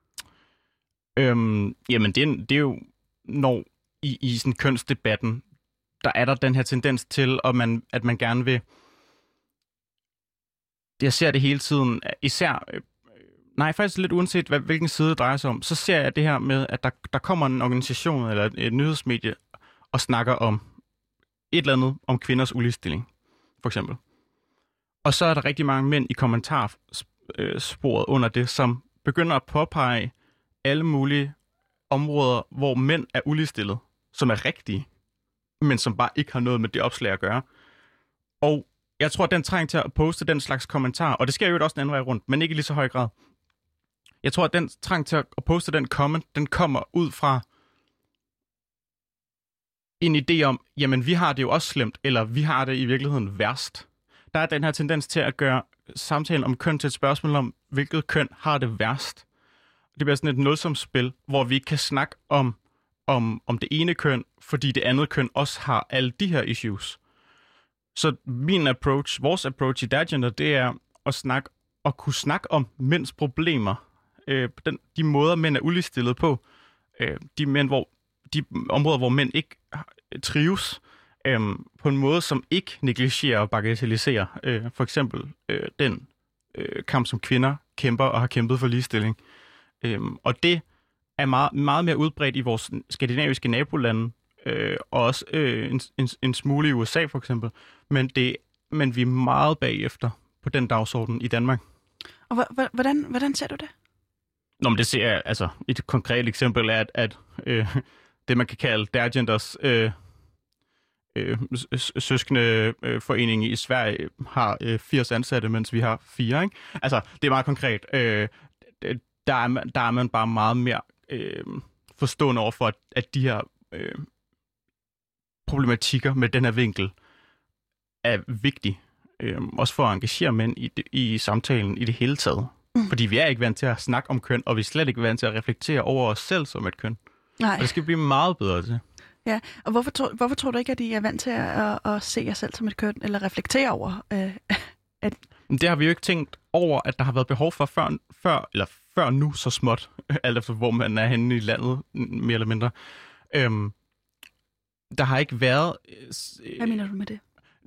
Øhm, jamen, det er, det er jo, når i, i sådan kønsdebatten, der er der den her tendens til, at man, at man gerne vil... Jeg ser det hele tiden, især... Øh, nej, faktisk lidt uanset, hvad, hvilken side det drejer sig om, så ser jeg det her med, at der, der kommer en organisation eller et, et nyhedsmedie og snakker om et eller andet om kvinders uligestilling, for eksempel. Og så er der rigtig mange mænd i kommentarsporet under det, som begynder at påpege alle mulige områder, hvor mænd er uligestillet, som er rigtige, men som bare ikke har noget med det opslag at gøre. Og jeg tror, at den træng til at poste den slags kommentar, og det sker jo også den anden vej rundt, men ikke i lige så høj grad. Jeg tror, at den træng til at poste den comment, den kommer ud fra en idé om, jamen vi har det jo også slemt, eller vi har det i virkeligheden værst. Der er den her tendens til at gøre samtalen om køn til et spørgsmål om, hvilket køn har det værst. Det bliver sådan et nulsumsspil, hvor vi ikke kan snakke om, om, om det ene køn, fordi det andet køn også har alle de her issues. Så min approach, vores approach i Dergender, det er at snakke at kunne snakke om mænds problemer. Øh, den, de måder, mænd er uligestillet på. Øh, de, mænd, hvor, de områder, hvor mænd ikke trives. Øhm, på en måde, som ikke negligerer og bagatelliserer øh, for eksempel øh, den øh, kamp, som kvinder kæmper og har kæmpet for ligestilling. Øhm, og det er meget, meget mere udbredt i vores skandinaviske nabolande, øh, og også øh, en, en, en smule i U S A for eksempel. Men, det, men vi er meget bagefter på den dagsorden i Danmark. Og hvordan, hvordan ser du det? Nå, men det ser jeg, altså et konkret eksempel er, at, at øh, det man kan kalde Dergenders øh, øh, søskende øh, forening i Sverige har øh, firs ansatte, mens vi har fire, ikke? Altså, det er meget konkret. Øh, der, er man, der er man bare meget mere øh, forstående over for, at, at de her øh, problematikker med den her vinkel er vigtige. Øh, også for at engagere mænd i, i samtalen i det hele taget. Mm. Fordi vi er ikke vant til at snakke om køn, og vi er slet ikke vant til at reflektere over os selv som et køn. Nej. Og det skal blive meget bedre til. Ja, og hvorfor, tro, hvorfor tror du ikke, at I er vant til at, at, at se jer selv som et køn, eller reflektere over? Øh, at... Det har vi jo ikke tænkt over, at der har været behov for før, før eller før nu så småt, alt efter hvor man er henne i landet, mere eller mindre. Øhm, der har ikke været... Øh, Hvad mener du med det?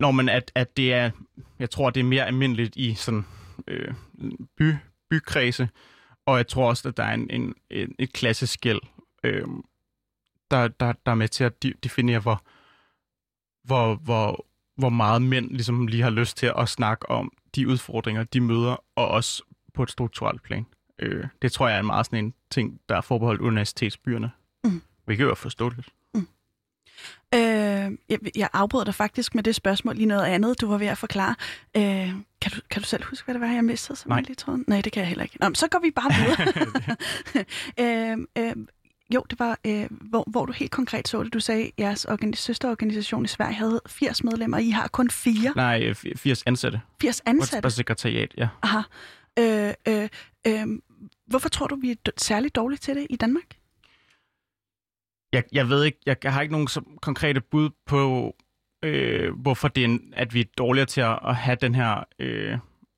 Når man at, at det er, jeg tror, det er mere almindeligt i sådan øh, by, bykredse, og jeg tror også, at der er en, en, en, et klasseskæld, øh, der, der, der er med til at definere, hvor, hvor, hvor, hvor meget mænd ligesom lige har lyst til at snakke om de udfordringer, de møder, og også på et strukturelt plan. Øh, det tror jeg er en meget sådan en ting, der er forbeholdt universitetsbyerne. Mm. Hvilket er forståeligt. Mm. Øh, jeg, jeg afbryder dig faktisk med det spørgsmål lige noget andet, du var ved at forklare. Øh, kan, du, kan du selv huske, hvad det var, jeg mistede? Som Nej. Jeg lige troede? Nej, det kan jeg heller ikke. Nå, så går vi bare videre. øh, øh, jo, det var, øh, hvor, hvor du helt konkret så det. Du sagde, at jeres organi- søsterorganisation i Sverige havde firs medlemmer, og I har kun fire. Nej, firs ansatte. firs ansatte? På sekretariat, ja. Aha. Øh, øh, øh, hvorfor tror du, vi er d- særligt dårlige til det i Danmark? Jeg, jeg ved ikke, jeg, jeg har ikke nogen så konkrete bud på, øh, hvorfor det er, en, at vi er dårligere til at, at have den her øh,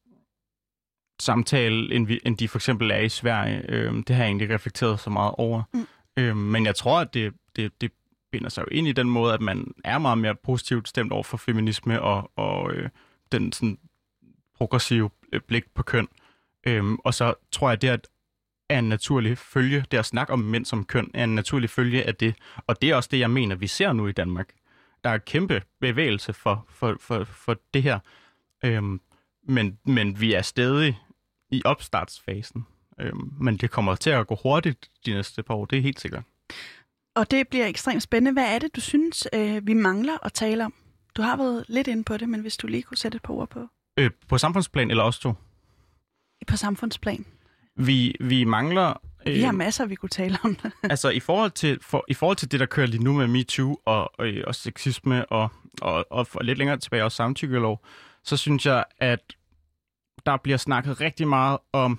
samtale, end, vi, end de for eksempel er i Sverige. Øh, det har jeg egentlig reflekteret så meget over. Mm. Øh, men jeg tror, at det, det, det binder sig jo ind i den måde, at man er meget mere positivt stemt over for feminisme og, og øh, den sådan progressive blik på køn. Øh, og så tror jeg, at det at er en naturlig følge, det at snakke om mænd som køn, er en naturlig følge af det. Og det er også det, jeg mener, vi ser nu i Danmark. Der er kæmpe bevægelse for, for, for, for det her. Øhm, men, men vi er stadig i opstartsfasen. Øhm, men det kommer til at gå hurtigt de næste par år, det er helt sikkert. Og det bliver ekstremt spændende. Hvad er det, du synes, øh, vi mangler at tale om? Du har været lidt inde på det, men hvis du lige kunne sætte et par ord på. Øh, på samfundsplan eller også to? På samfundsplan. Vi, vi mangler... Øh, vi har masser, vi kunne tale om. altså i forhold, til, for, i forhold til det, der kører lige nu med MeToo og, og, og sexisme og, og, og, og lidt længere tilbage også samtykkelov, så synes jeg, at der bliver snakket rigtig meget om,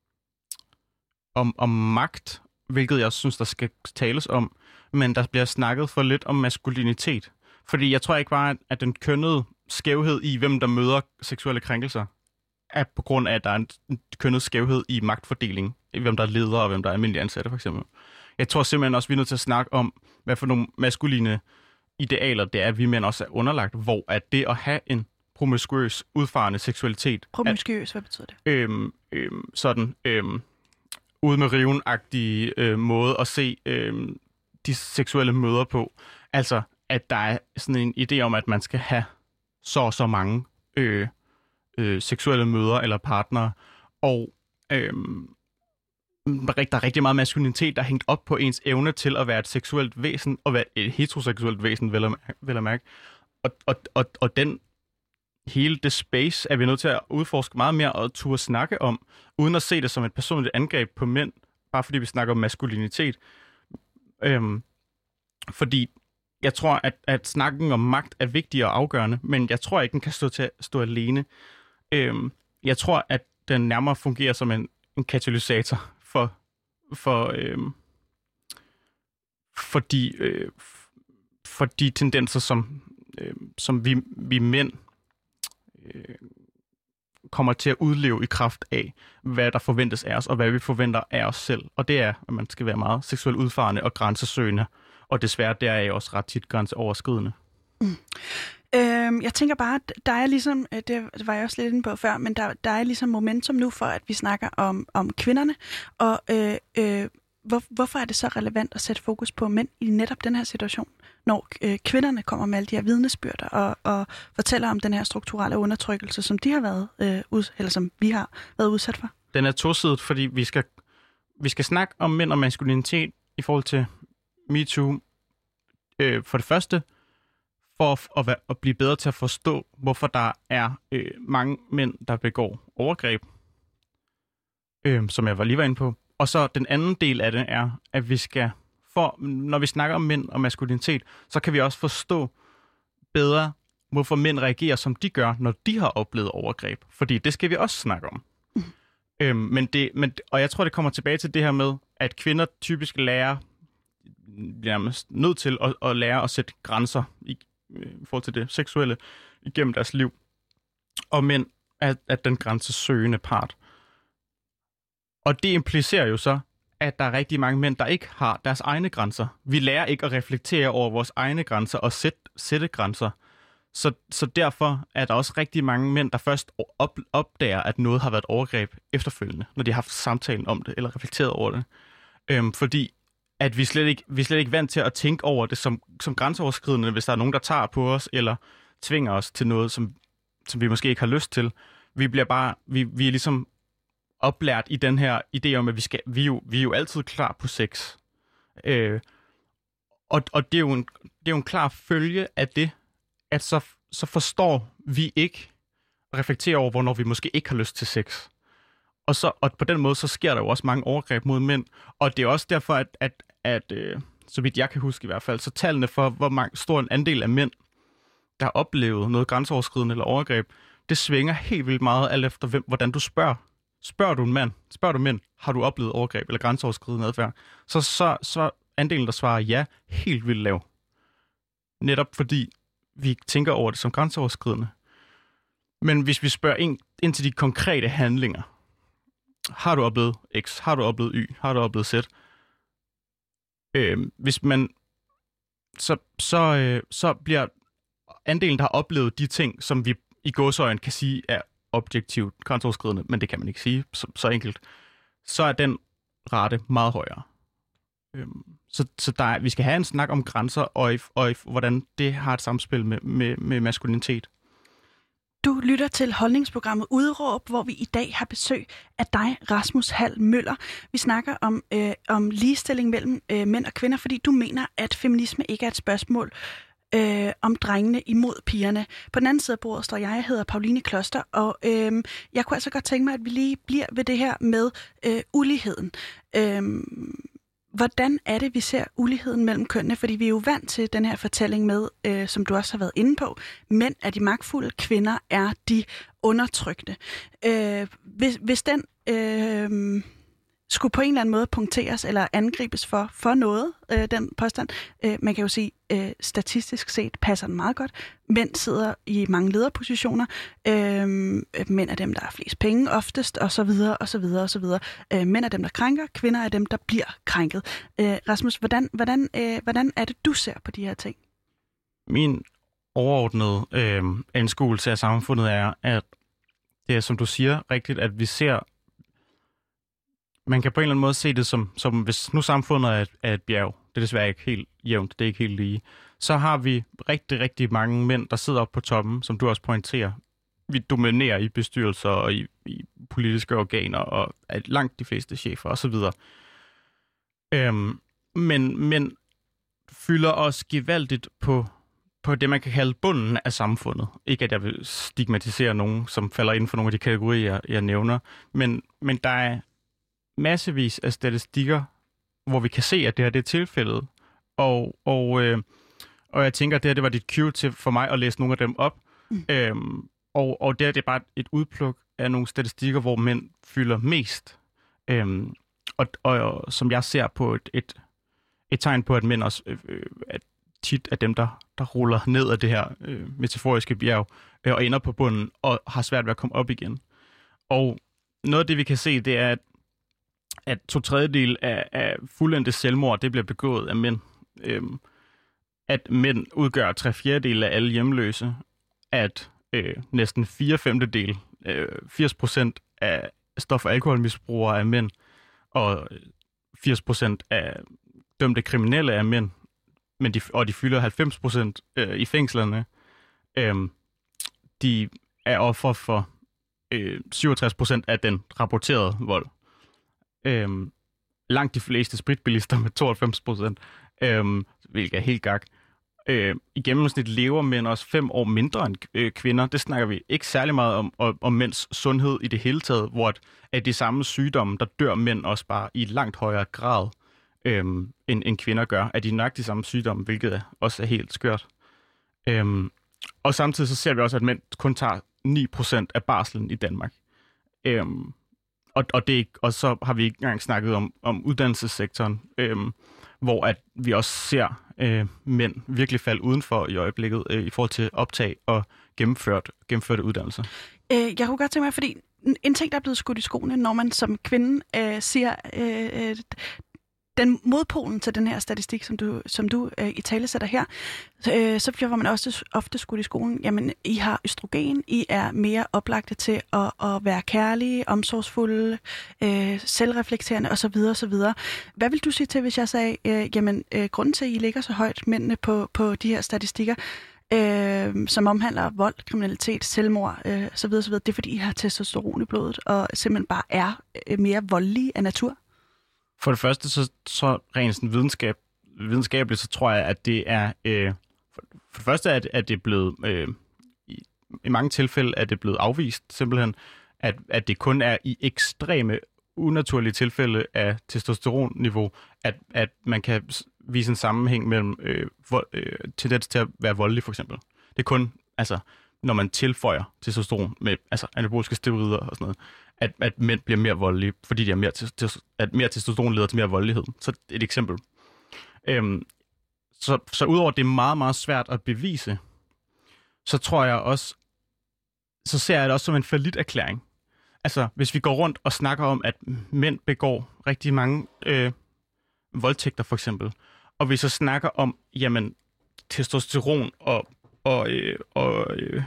om, om magt, hvilket jeg også synes, der skal tales om, men der bliver snakket for lidt om maskulinitet. Fordi jeg tror ikke bare, at den kønnede skævhed i, hvem der møder seksuelle krænkelser, er på grund af, at der er en kønnet skævhed i magtfordeling, hvem der er ledere og hvem der er almindelige ansatte, for eksempel. Jeg tror simpelthen også, vi er nødt til at snakke om, hvad for nogle maskuline idealer det er, at vi mænd også er underlagt, hvor at det at have en promiskuøs, udfarende seksualitet... Promiskuøs, hvad betyder det? Øhm, øhm, sådan, øhm, ude med riven-agtige øh, måde at se øhm, de seksuelle møder på. Altså, at der er sådan en idé om, at man skal have så og så mange... Øh, Øh, seksuelle mødre eller partnere, og øhm, der er rigtig meget maskulinitet, der er hængt op på ens evne til at være et seksuelt væsen, og være et heteroseksuelt væsen, vel at, vel at mærke. Og, og, og, og den hele det space er vi nødt til at udforske meget mere og turde snakke om, uden at se det som et personligt angreb på mænd, bare fordi vi snakker om maskulinitet. Øhm, fordi jeg tror, at, at snakken om magt er vigtig og afgørende, men jeg tror ikke, den kan stå, til at stå alene. Øhm, jeg tror, at den nærmere fungerer som en, en katalysator for, for, øhm, for, de, øh, for de tendenser, som, øh, som vi, vi mænd øh, kommer til at udleve i kraft af, hvad der forventes af os, og hvad vi forventer af os selv. Og det er, at man skal være meget seksuelt udfarende og grænsesøgende, og desværre der er også ret tit grænseoverskridende. Mm. Øhm, jeg tænker bare, at der er ligesom, det var jeg også lidt inde på før, men der, der er ligesom momentum nu for, at vi snakker om, om kvinderne, og øh, øh, hvor, hvorfor er det så relevant at sætte fokus på mænd i netop den her situation, når øh, kvinderne kommer med alle de her vidnesbyrder og, og fortæller om den her strukturelle undertrykkelse, som de har været øh, ud, eller som vi har været udsat for? Den er tosidet, fordi vi skal, vi skal snakke om mænd og maskulinitet i forhold til MeToo. Øh, for det første, for at, være, at blive bedre til at forstå, hvorfor der er øh, mange mænd, der begår overgreb, øh, som jeg var lige var inde på. Og så den anden del af det er, at vi skal, for, når vi snakker om mænd og maskulinitet, så kan vi også forstå bedre, hvorfor mænd reagerer, som de gør, når de har oplevet overgreb. Fordi det skal vi også snakke om. Mm. Øh, men det, men, og jeg tror, det kommer tilbage til det her med, at kvinder typisk lærer, nærmest nødt til at, at lære at sætte grænser i, i forhold til det seksuelle igennem deres liv. Og mænd er, er den grænsesøgende part. Og det implicerer jo så, at der er rigtig mange mænd, der ikke har deres egne grænser. Vi lærer ikke at reflektere over vores egne grænser og sætte, sætte grænser. Så, så derfor er der også rigtig mange mænd, der først op, opdager, at noget har været et overgreb efterfølgende, når de har haft samtalen om det, eller reflekteret over det. Øhm, fordi at vi slet ikke vi er slet ikke vant til at tænke over det som, som grænseoverskridende, hvis der er nogen, der tager på os, eller tvinger os til noget, som, som vi måske ikke har lyst til. Vi bliver bare, vi, vi er ligesom oplært i den her idé om, at vi, skal, vi, er, jo, vi er jo altid klar på sex. Øh, og og det, er jo en, det er jo en klar følge af det, at så, så forstår vi ikke at reflektere over, hvornår vi måske ikke har lyst til sex. Og, så, og på den måde, så sker der jo også mange overgreb mod mænd. Og det er også derfor, at, at, at øh, så vidt jeg kan huske i hvert fald, så tallene for, hvor mange, stor en andel af mænd, der har oplevet noget grænseoverskridende eller overgreb, det svinger helt vildt meget alt efter, hvem, hvordan du spørger. Spørger du en mand, spørger du mænd, har du oplevet overgreb eller grænseoverskridende adfærd, så, så, så andelen, der svarer ja, helt vildt lav. Netop fordi vi tænker over det som grænseoverskridende. Men hvis vi spørger ind, ind til de konkrete handlinger, har du oplevet X, har du oplevet Y, har du oplevet Z, øh, hvis man, så, så, øh, så bliver andelen, der har oplevet de ting, som vi i gåseøjne kan sige er objektivt grænseoverskridende, men det kan man ikke sige så, så enkelt, så er den rate meget højere. Øhm, så så der er, vi skal have en snak om grænser, og, og hvordan det har et samspil med, med, med maskulinitet. Du lytter til holdningsprogrammet Udråb, hvor vi i dag har besøg af dig, Rasmus Hall Møller. Vi snakker om, øh, om ligestilling mellem øh, mænd og kvinder, fordi du mener, at feminisme ikke er et spørgsmål øh, om drengene imod pigerne. På den anden side af bordet står jeg, jeg hedder Pauline Kloster, og øh, jeg kunne altså godt tænke mig, at vi lige bliver ved det her med øh, uligheden. Øh, Hvordan er det, vi ser uligheden mellem kønnene? Fordi vi er jo vant til den her fortælling med, øh, som du også har været inde på, mænd er de magtfulde, kvinder er de undertrykte. Øh, hvis, hvis den øh, skulle på en eller anden måde punkteres eller angribes for, for noget, øh, den påstand, øh, man kan jo sige, øh, statistisk set passer den meget godt. Mænd sidder i mange lederpositioner. Øh, mænd er dem, der har flest penge oftest, og så videre, og så videre, og så videre. Øh, mænd er dem, der krænker, kvinder er dem, der bliver krænket. Øh, Rasmus, hvordan, hvordan, øh, hvordan er det, du ser på de her ting? Min overordnede øh, anskuelse af samfundet er, at det er, som du siger, rigtigt, at vi ser. Man kan på en eller anden måde se det som, som hvis nu samfundet er et, er et bjerg, det er desværre ikke helt jævnt, det er ikke helt lige, så har vi rigtig, rigtig mange mænd, der sidder oppe på toppen, som du også pointerer. Vi dominerer i bestyrelser og i, i politiske organer, og er langt de fleste chefer osv. Øhm, men mænd fylder også gevaldigt på, på det, man kan kalde bunden af samfundet. Ikke at jeg vil stigmatisere nogen, som falder inden for nogle af de kategorier, jeg nævner, men, men der er massevis af statistikker, hvor vi kan se, at det her det er tilfældet. Og, og, øh, og jeg tænker, at det her det var dit cue til for mig at læse nogle af dem op. Mm. Øhm, og, og det her det er bare et udpluk af nogle statistikker, hvor mænd fylder mest. Øhm, og, og, og som jeg ser på et, et, et tegn på, at mænd også øh, øh, at tit er dem, der, der ruller ned af det her øh, metaforiske bjerg øh, og ender på bunden og har svært ved at komme op igen. Og noget af det, vi kan se, det er, at at to tredjedel af, af fuldendte selvmord, det bliver begået af mænd. Øhm, at mænd udgør tre fjerdedel af alle hjemløse. At øh, næsten fire femtedel, øh, firs procent af stof- og alkoholmisbrugere er mænd. Og firs procent af dømte kriminelle er mænd. Men de, og de fylder halvfems procent øh, i fængslerne. Øhm, de er offer for øh, syvogtres procent af den rapporterede vold. Øhm, langt de fleste spritbilister med tooghalvfems procent, øhm, hvilket er helt gak. Øhm, I gennemsnit lever mænd også fem år mindre end øh, kvinder. Det snakker vi ikke særlig meget om, om, om mænds sundhed i det hele taget, hvor at, at de samme sygdomme, der dør mænd også bare i langt højere grad, øhm, end, end kvinder gør. At de nok de samme sygdomme, hvilket også er helt skørt. Øhm, og samtidig så ser vi også, at mænd kun tager ni procent af barslen i Danmark. Øhm, Og, og, det, og så har vi ikke engang snakket om, om uddannelsessektoren, øhm, hvor at vi også ser øh, mænd virkelig falde udenfor i øjeblikket øh, i forhold til optag og gennemført, gennemførte uddannelser. Øh, jeg kunne godt tænke mig, fordi en ting, der er blevet skudt i skoene, når man som kvinde øh, siger, øh, den modpolen til den her statistik, som du, som du øh, i tale sætter her, øh, så får man også ofte skudt i skolen, jamen, I har østrogen, I er mere oplagte til at, at være kærlige, omsorgsfulde, øh, selvreflekterende osv. osv. Hvad vil du sige til, hvis jeg sagde, øh, jamen, øh, grunden til, at I ligger så højt, mændene, på, på de her statistikker, øh, som omhandler vold, kriminalitet, selvmord øh, så videre, så videre, det er, fordi I har testosteron i blodet, og simpelthen bare er øh, mere voldelige af natur? For det første, så, så rent sådan videnskab, videnskabeligt, så tror jeg, at det er... Øh, for, for det første, at, at det er blevet... Øh, i, I mange tilfælde er det blevet afvist, simpelthen, at, at det kun er i ekstreme, unaturlige tilfælde af testosteronniveau, at, at man kan vise en sammenhæng mellem øh, vold, øh, tendens til at være voldelig, for eksempel. Det er kun, altså, når man tilføjer testosteron med altså, anaboliske steroider og sådan noget, at, at mænd bliver mere voldelige, fordi de er mere, til, at mere testosteron leder til mere voldelighed. Så et eksempel. Øhm, så, så udover at det er meget, meget svært at bevise, så tror jeg også, så ser jeg det også som en falliterklæring. Altså, hvis vi går rundt og snakker om, at mænd begår rigtig mange øh, voldtægter, for eksempel, og vi så snakker om, jamen, testosteron og, og, øh, og, øh,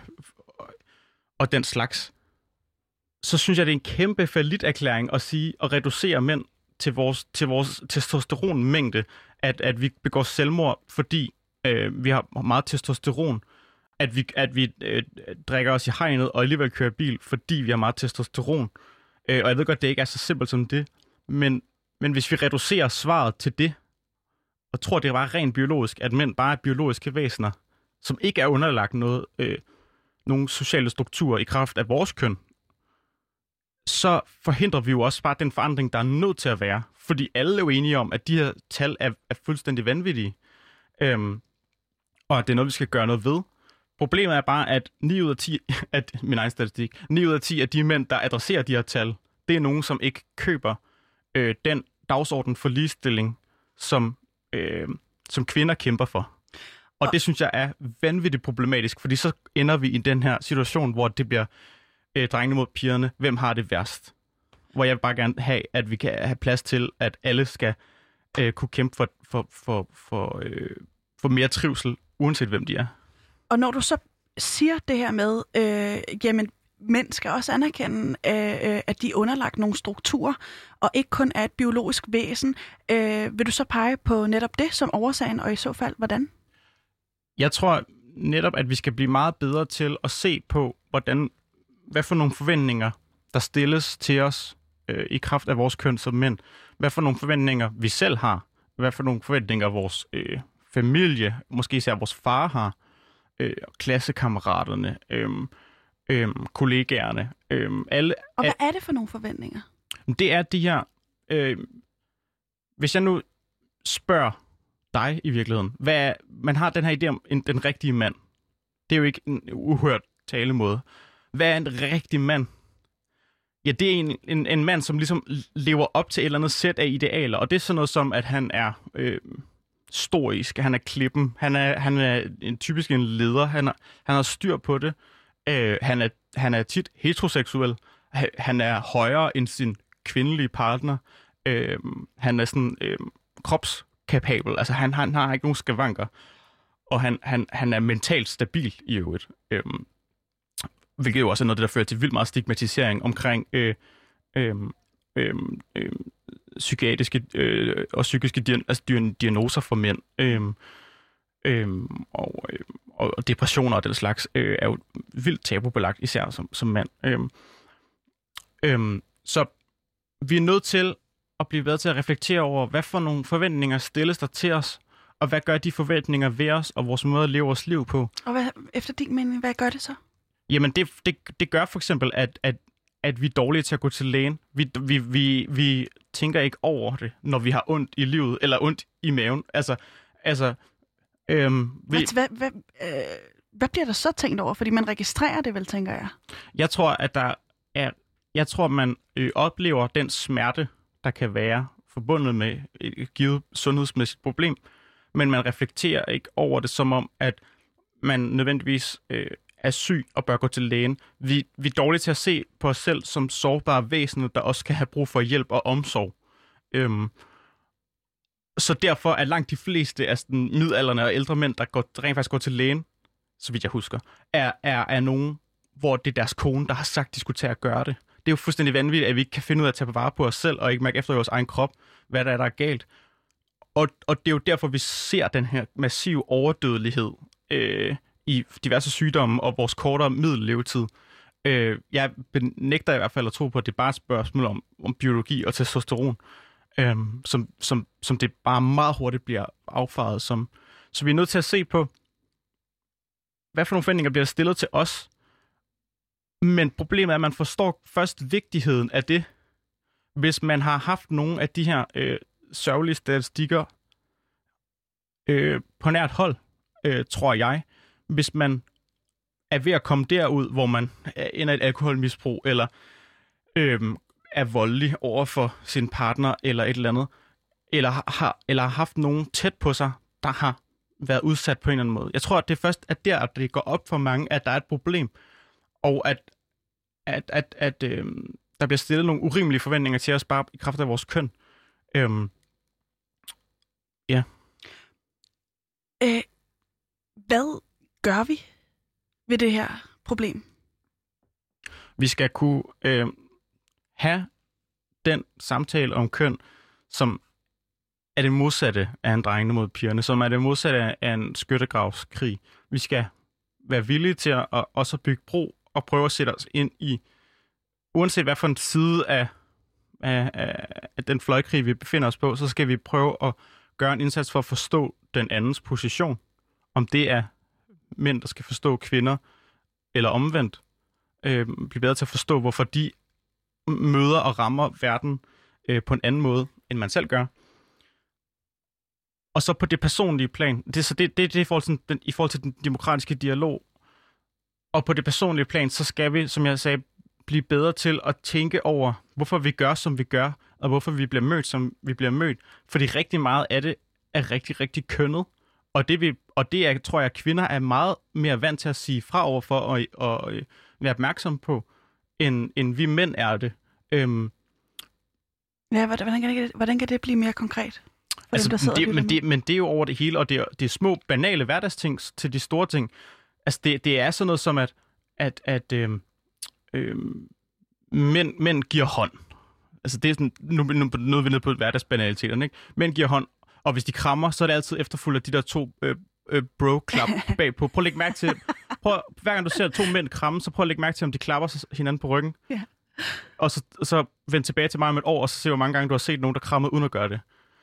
og den slags, så synes jeg, det er en kæmpe falliterklæring at sige, at reducere mænd til vores, til vores testosteronmængde, at, at vi begår selvmord, fordi øh, vi har meget testosteron, at vi, at vi øh, drikker os i hegnet og alligevel kører bil, fordi vi har meget testosteron. Øh, og jeg ved godt, det ikke er så simpelt som det, men, men hvis vi reducerer svaret til det, og tror, det er bare rent biologisk, at mænd bare er biologiske væsener, som ikke er underlagt noget, øh, nogle sociale strukturer i kraft af vores køn, så forhindrer vi jo også bare den forandring, der er nødt til at være. Fordi alle er jo enige om, at de her tal er, er fuldstændig vanvittige. Øhm, og at det er noget, vi skal gøre noget ved. Problemet er bare, at ni ud af ti, at, min egen statistik, ni ud af ti af de mænd, der adresserer de her tal, det er nogen, som ikke køber øh, den dagsorden for ligestilling, som, øh, som kvinder kæmper for. Og det synes jeg er vanvittigt problematisk, fordi så ender vi i den her situation, hvor det bliver øh, drengene mod pigerne. Hvem har det værst? Hvor jeg vil bare gerne have, at vi kan have plads til, at alle skal øh, kunne kæmpe for, for, for, for, øh, for mere trivsel, uanset hvem de er. Og når du så siger det her med, øh, jamen, mænd skal også anerkende, øh, at de er underlagt nogle strukturer, og ikke kun er et biologisk væsen, øh, vil du så pege på netop det som årsagen, og i så fald, hvordan? Jeg tror netop, at vi skal blive meget bedre til at se på, hvordan, hvad for nogle forventninger, der stilles til os øh, i kraft af vores køn som mænd. Hvad for nogle forventninger, vi selv har. Hvad for nogle forventninger, vores øh, familie, måske især vores far har. Øh, klassekammeraterne, øh, øh, kollegaerne. Øh, alle, og hvad er det for nogle forventninger? Det er de her... Øh, hvis jeg nu spørger dig i virkeligheden, hvad er, man har den her idé om en, den rigtige mand. Det er jo ikke en uhørt talemåde. Hvad er en rigtig mand? Ja, det er en, en, en mand, som ligesom lever op til et eller andet sæt af idealer, og det er sådan noget som, at han er... Øh, stoisk, han er klippen, han er, han er en typisk en leder, han, er, han har styr på det, øh, han, er, han er tit heteroseksuel, han er højere end sin kvindelige partner, øh, han er sådan øh, kropskapabel, altså han, han har ikke nogen skavanker, og han, han, han er mentalt stabil i øvrigt, øh, hvilket jo også er noget, der fører til vildt meget stigmatisering omkring øh, øh, øh, øh, psykiatriske øh, og psykiske dian- altså diagnoser for mænd, øhm, øhm, og, øh, og depressioner og den slags, øh, er jo vildt tabubelagt, især som, som mand. Øhm, øhm, så vi er nødt til at blive bedre til at reflektere over, hvad for nogle forventninger stilles der til os, og hvad gør de forventninger ved os, og vores måde at leve vores liv på. Og hvad, efter din mening, hvad gør det så? Jamen, det, det, det gør for eksempel, at, at at vi er dårlige til at gå til lægen. Vi, vi, vi, vi tænker ikke over det, når vi har ondt i livet, eller ondt i maven. Altså, altså... Øhm, vi... altså hvad, hvad, øh, hvad bliver der så tænkt over? Fordi man registrerer det vel, tænker jeg. Jeg tror, at der er... Jeg tror, man øh, oplever den smerte, der kan være forbundet med et givet sundhedsmæssigt problem, men man reflekterer ikke over det, som om, at man nødvendigvis... Øh, er syg og bør gå til lægen. Vi, vi er dårlige til at se på os selv som sårbare væsener, der også kan have brug for hjælp og omsorg. Øhm, så derfor er langt de fleste af sådan midaldrende og ældre mænd, der, går, der rent faktisk går til lægen, så vidt jeg husker, er, er, er nogen, hvor det er deres kone, der har sagt, de skulle tage at gøre det. Det er jo fuldstændig vanvittigt, at vi ikke kan finde ud af at tage på vare på os selv, og ikke mærke efter vores egen krop, hvad der er, der er galt. Og, og det er jo derfor, vi ser den her massive overdødelighed øh, i diverse sygdomme og vores kortere middellevetid. Øh, jeg benægter i hvert fald at tro på, at det er bare et spørgsmål om, om biologi og testosteron, øh, som, som, som det bare meget hurtigt bliver affaret som. Så vi er nødt til at se på, hvad for nogle forventninger bliver stillet til os. Men problemet er, at man forstår først vigtigheden af det, hvis man har haft nogle af de her øh, sørgelige statistikker øh, på nært hold, øh, tror jeg. Hvis man er ved at komme derud, hvor man ender i et alkoholmisbrug, eller øh, er voldelig over for sin partner, eller et eller andet, eller har, eller har haft nogen tæt på sig, der har været udsat på en eller anden måde. Jeg tror, at det først er der, at det går op for mange, at der er et problem, og at, at, at, at øh, der bliver stillet nogle urimelige forventninger til os, bare i kraft af vores køn. Øhm, ja. Øh, hvad gør vi ved det her problem? Vi skal kunne øh, have den samtale om køn, som er det modsatte af en drengene mod pigerne, som er det modsatte af en skyttegravskrig. Vi skal være villige til at, at også bygge bro og prøve at sætte os ind i, uanset hvad for en side af, af, af, af den fløjkrig, vi befinder os på, så skal vi prøve at gøre en indsats for at forstå den andens position. Om det er mænd, der skal forstå kvinder, eller omvendt. Øh, blive bedre til at forstå, hvorfor de møder og rammer verden øh, på en anden måde, end man selv gør. Og så på det personlige plan, det, så det, det, det er i forhold til den, i forhold til den demokratiske dialog. Og på det personlige plan, så skal vi, som jeg sagde, blive bedre til at tænke over, hvorfor vi gør, som vi gør, og hvorfor vi bliver mødt, som vi bliver mødt. Fordi rigtig meget af det er rigtig, rigtig kønnet. Og det, vi, og det er, tror jeg, at kvinder er meget mere vant til at sige fra overfor og, og, og være opmærksom på, end, end vi mænd er det. Øhm, ja, hvordan kan, det, hvordan kan det blive mere konkret? Altså, dem, det, men, det, men det er jo over det hele, og det er, det er små, banale hverdagsting til de store ting. Altså, det, det er sådan noget som, at, at, at øhm, øhm, mænd, mænd giver hånd. Altså, det er sådan, nu, nu, nu er vi nede på hverdagsbanaliteterne, ikke? Mænd giver hånd, og hvis de krammer, så er det altid efterfulgt af de der to øh, øh, bro-klap bagpå. Prøv at lægge mærke til, prøv, hver gang du ser to mænd kramme, så prøv at lægge mærke til, om de klapper hinanden på ryggen. Ja. Og så, så vend tilbage til mig om et år, og så se, hvor mange gange du har set nogen, der krammede uden at gøre det.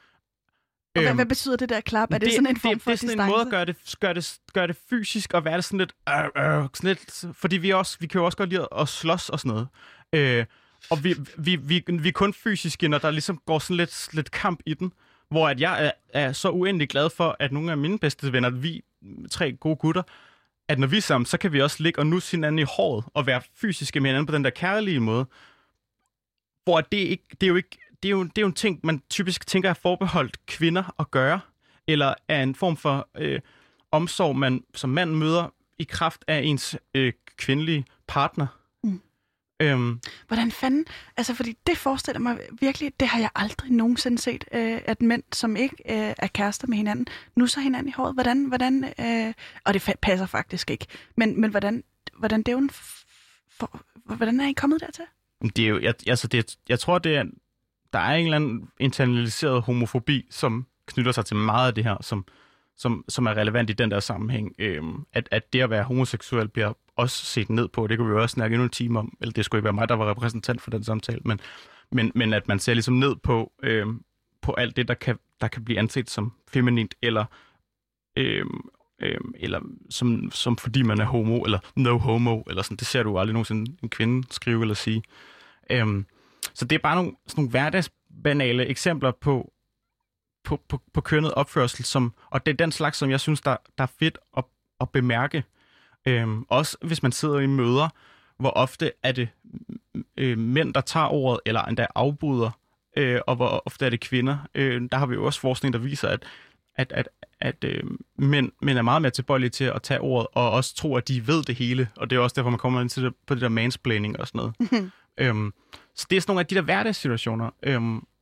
Og hvad, hvad betyder det der klap? Er det, det sådan en form det, for distance? Det er sådan distance? en måde at gøre det, gøre det, gøre det fysisk, og være det sådan lidt... Øh, øh, sådan lidt fordi vi, også, vi kan jo også godt lide at slås og sådan noget. Øh, og vi, vi, vi, vi er kun fysiske, når der ligesom går sådan lidt, lidt kamp i den. Hvor at jeg er, er så uendelig glad for, at nogle af mine bedste venner, vi tre gode gutter, at når vi er sammen, så kan vi også ligge og nusse hinanden i håret, og være fysiske med hinanden på den der kærlige måde. Hvor det, ikke, det er jo ikke... Det er, jo, det er jo en ting, man typisk tænker er forbeholdt kvinder at gøre, eller er en form for øh, omsorg, man som mand møder i kraft af ens øh, kvindelige partner. Mm. Øhm. Hvordan fanden? Altså, fordi det forestiller mig virkelig, det har jeg aldrig nogensinde set, øh, at mænd, som ikke øh, er kærester med hinanden, nusser hinanden i håret. Hvordan, hvordan øh, og det passer faktisk ikke, men, men hvordan, hvordan, det er jo en for, hvordan er I kommet dertil? Det er jo, jeg, altså det, jeg tror, det er der er en eller anden internaliseret homofobi, som knytter sig til meget af det her, som, som, som er relevant i den der sammenhæng. Øhm, at, at det at være homoseksuel bliver også set ned på. Det kunne vi jo også snakke endnu en time om. Eller det skulle ikke være mig, der var repræsentant for den samtale. Men, men, men at man ser ligesom ned på, øhm, på alt det, der kan, der kan blive anset som feminint, eller, øhm, øhm, eller som, som fordi man er homo, eller no homo, eller sådan. Det ser du aldrig nogensinde en kvinde skrive eller sige. Øhm, Så det er bare nogle, sådan nogle hverdagsbanale eksempler på, på, på, på kønnet opførsel, som, og det er den slags, som jeg synes, der, der er fedt at, at bemærke. Øhm, også hvis man sidder i møder, hvor ofte er det øh, mænd, der tager ordet, eller endda afbryder, øh, og hvor ofte er det kvinder. Øh, der har vi jo også forskning, der viser, at, at, at, at øh, mænd, mænd er meget mere tilbøjelige til at tage ordet, og også tro, at de ved det hele. Og det er også derfor, man kommer ind til det, på det der mansplaining og sådan noget. Mm-hmm. Øhm, så det er sådan nogle af de der hverdagssituationer. Øhm,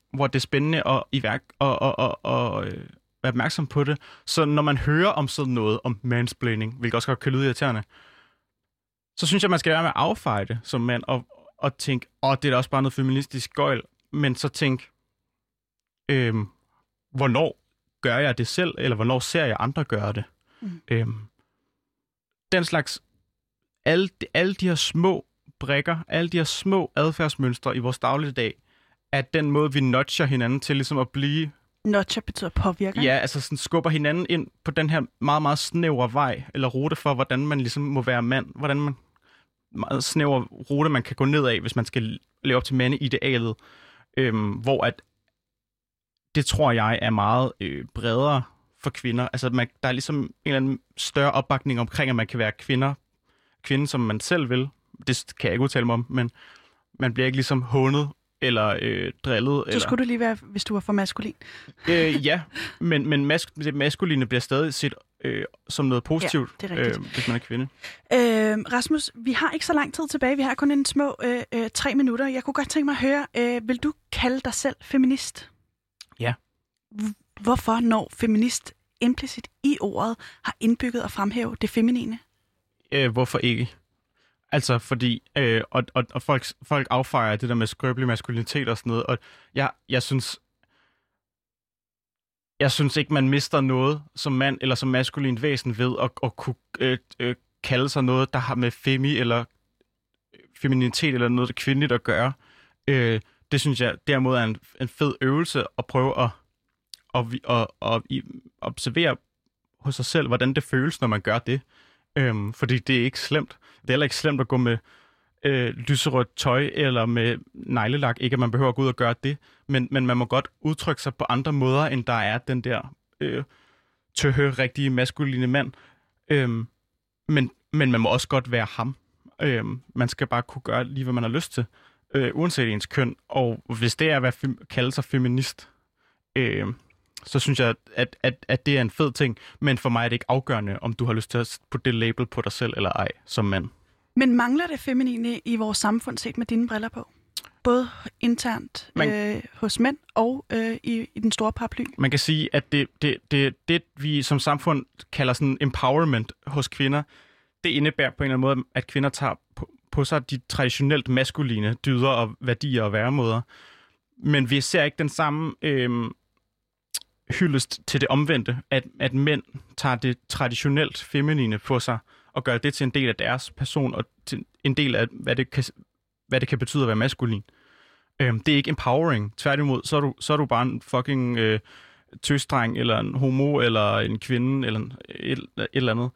hvor det er spændende at iværk og, og, og, og øh, være opmærksom på det. Så når man hører om sådan noget, om mansplaining, hvilket også godt kan lyde irriterende, så synes jeg, man skal være med at affeje det som mand, og, og tænke, åh, det er da også bare noget feministisk gøjl, men så tænk, øhm, hvornår gør jeg det selv, eller hvornår ser jeg andre gøre det? Mm. Øhm, den slags, alle, alle de her små brikker, alle de her små adfærdsmønstre i vores dagligdag, er den måde, vi nudger hinanden til ligesom at blive... Nudger betyder påvirker. Ja, altså sådan skubber hinanden ind på den her meget, meget snævre vej, eller rute for, hvordan man ligesom må være mand, hvordan man... meget snævre rute, man kan gå ned af, hvis man skal leve op til mandeidealet, øhm, hvor at det tror jeg er meget øh, bredere for kvinder. Altså, man, der er ligesom en eller anden større opbakning omkring, at man kan være kvinder, kvinde, som man selv vil. Det kan jeg ikke udtale mig om, men man bliver ikke ligesom hånet eller øh, drillet. Så skulle eller... du lige være, hvis du var for maskulin. øh, ja, men, men mas- det maskuline bliver stadig set øh, som noget positivt, ja, øh, hvis man er kvinde. Øh, Rasmus, vi har ikke så lang tid tilbage. Vi har kun en små øh, øh, tre minutter. Jeg kunne godt tænke mig at høre, øh, vil du kalde dig selv feminist? Ja. Hvorfor, når feminist implicit i ordet har indbygget og fremhævet det feminine? Øh, hvorfor ikke? Altså, fordi, øh, og, og, og folk, folk affejer det der med skrøbelig maskulinitet og sådan noget, og jeg, jeg synes, jeg synes ikke, man mister noget som mand eller som maskulin væsen ved at, at kunne øh, øh, kalde sig noget, der har med femi eller feminitet eller noget kvindeligt at gøre. Øh, det synes jeg derimod er en, en fed øvelse at prøve at, at, at, at, at observere hos sig selv, hvordan det føles, når man gør det. Øhm, fordi det er ikke slemt. Det er heller ikke slemt at gå med øh, lyserødt tøj eller med neglelak. Ikke at man behøver at gå ud og gøre det, men, men man må godt udtrykke sig på andre måder, end der er den der øh, tøhø, rigtige maskuline mand. Øhm, men, men man må også godt være ham. Øhm, man skal bare kunne gøre lige, hvad man har lyst til, øh, uanset ens køn. Og hvis det er at være fem- kalde sig feminist, øh, så synes jeg, at, at, at det er en fed ting. Men for mig er det ikke afgørende, om du har lyst til at putte det label på dig selv eller ej, som mand. Men mangler det feminine i vores samfund set med dine briller på? Både internt man, øh, hos mænd og øh, i, i den store paraply? Man kan sige, at det, det, det, det, vi som samfund kalder sådan empowerment hos kvinder, det indebærer på en eller anden måde, at kvinder tager på, på sig de traditionelt maskuline dyder og værdier og væremåder. Men vi ser ikke den samme... Øh, hyldest til det omvendte, at, at mænd tager det traditionelt feminine på sig og gør det til en del af deres person og til en del af, hvad det kan, hvad det kan betyde at være maskulin. Øhm, det er ikke empowering. Tværtimod, så er du, så er du bare en fucking øh, tøsdreng, eller en homo, eller en kvinde, eller en, et, et eller andet.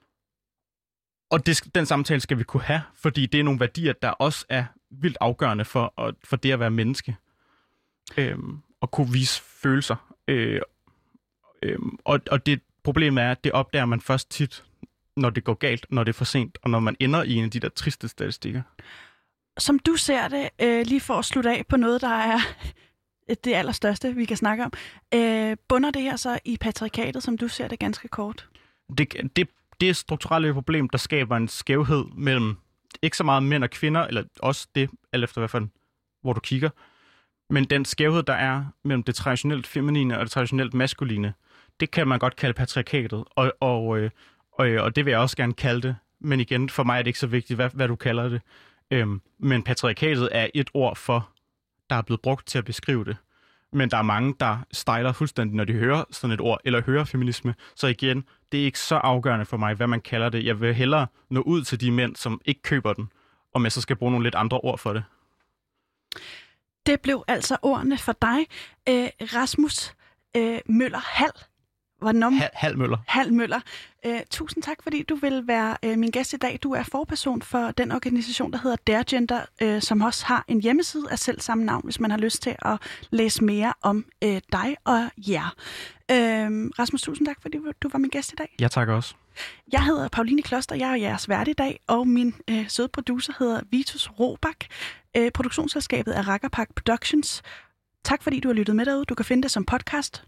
Og det, den samtale skal vi kunne have, fordi det er nogle værdier, der også er vildt afgørende for, at, for det at være menneske. Øhm, og kunne vise følelser. Øh, øh, og, og det problemet er, at det opdager man først tit, når det går galt, når det er for sent, og når man ender i en af de der triste statistikker. Som du ser det, øh, lige for at slutte af på noget, der er det allerstørste, vi kan snakke om, øh, bunder det her så i patriarkatet, som du ser det ganske kort? Det, det, det er strukturelle problem, der skaber en skævhed mellem ikke så meget mænd og kvinder, eller også det, alt efter hvad for en, hvor du kigger. Men den skævhed, der er mellem det traditionelt feminine og det traditionelt maskuline, det kan man godt kalde patriarkatet, og, og, øh, og, og det vil jeg også gerne kalde det. Men igen, for mig er det ikke så vigtigt, hvad, hvad du kalder det. Øhm, men patriarkatet er et ord for, der er blevet brugt til at beskrive det. Men der er mange, der stejler fuldstændig, når de hører sådan et ord, eller hører feminisme. Så igen, det er ikke så afgørende for mig, hvad man kalder det. Jeg vil hellere nå ud til de mænd, som ikke køber den, om jeg så skal bruge nogle lidt andre ord for det. Det blev altså ordene for dig, øh, Rasmus øh, Møller Hald. Var den om? Hal, Hal Møller. Hal Møller. Øh, tusind tak, fordi du vil være øh, min gæst i dag. Du er forperson for den organisation, der hedder Dergender, øh, som også har en hjemmeside af selv samme navn, hvis man har lyst til at læse mere om øh, dig og jer. Øh, Rasmus, tusind tak, fordi du var min gæst i dag. Jeg takker også. Jeg hedder Pauline Kloster, jeg er jeres vært i dag, og min øh, søde producer hedder Vitus Robak. Øh, produktionsselskabet er Rakkerpak Productions. Tak fordi du har lyttet med derude. Du kan finde det som podcast.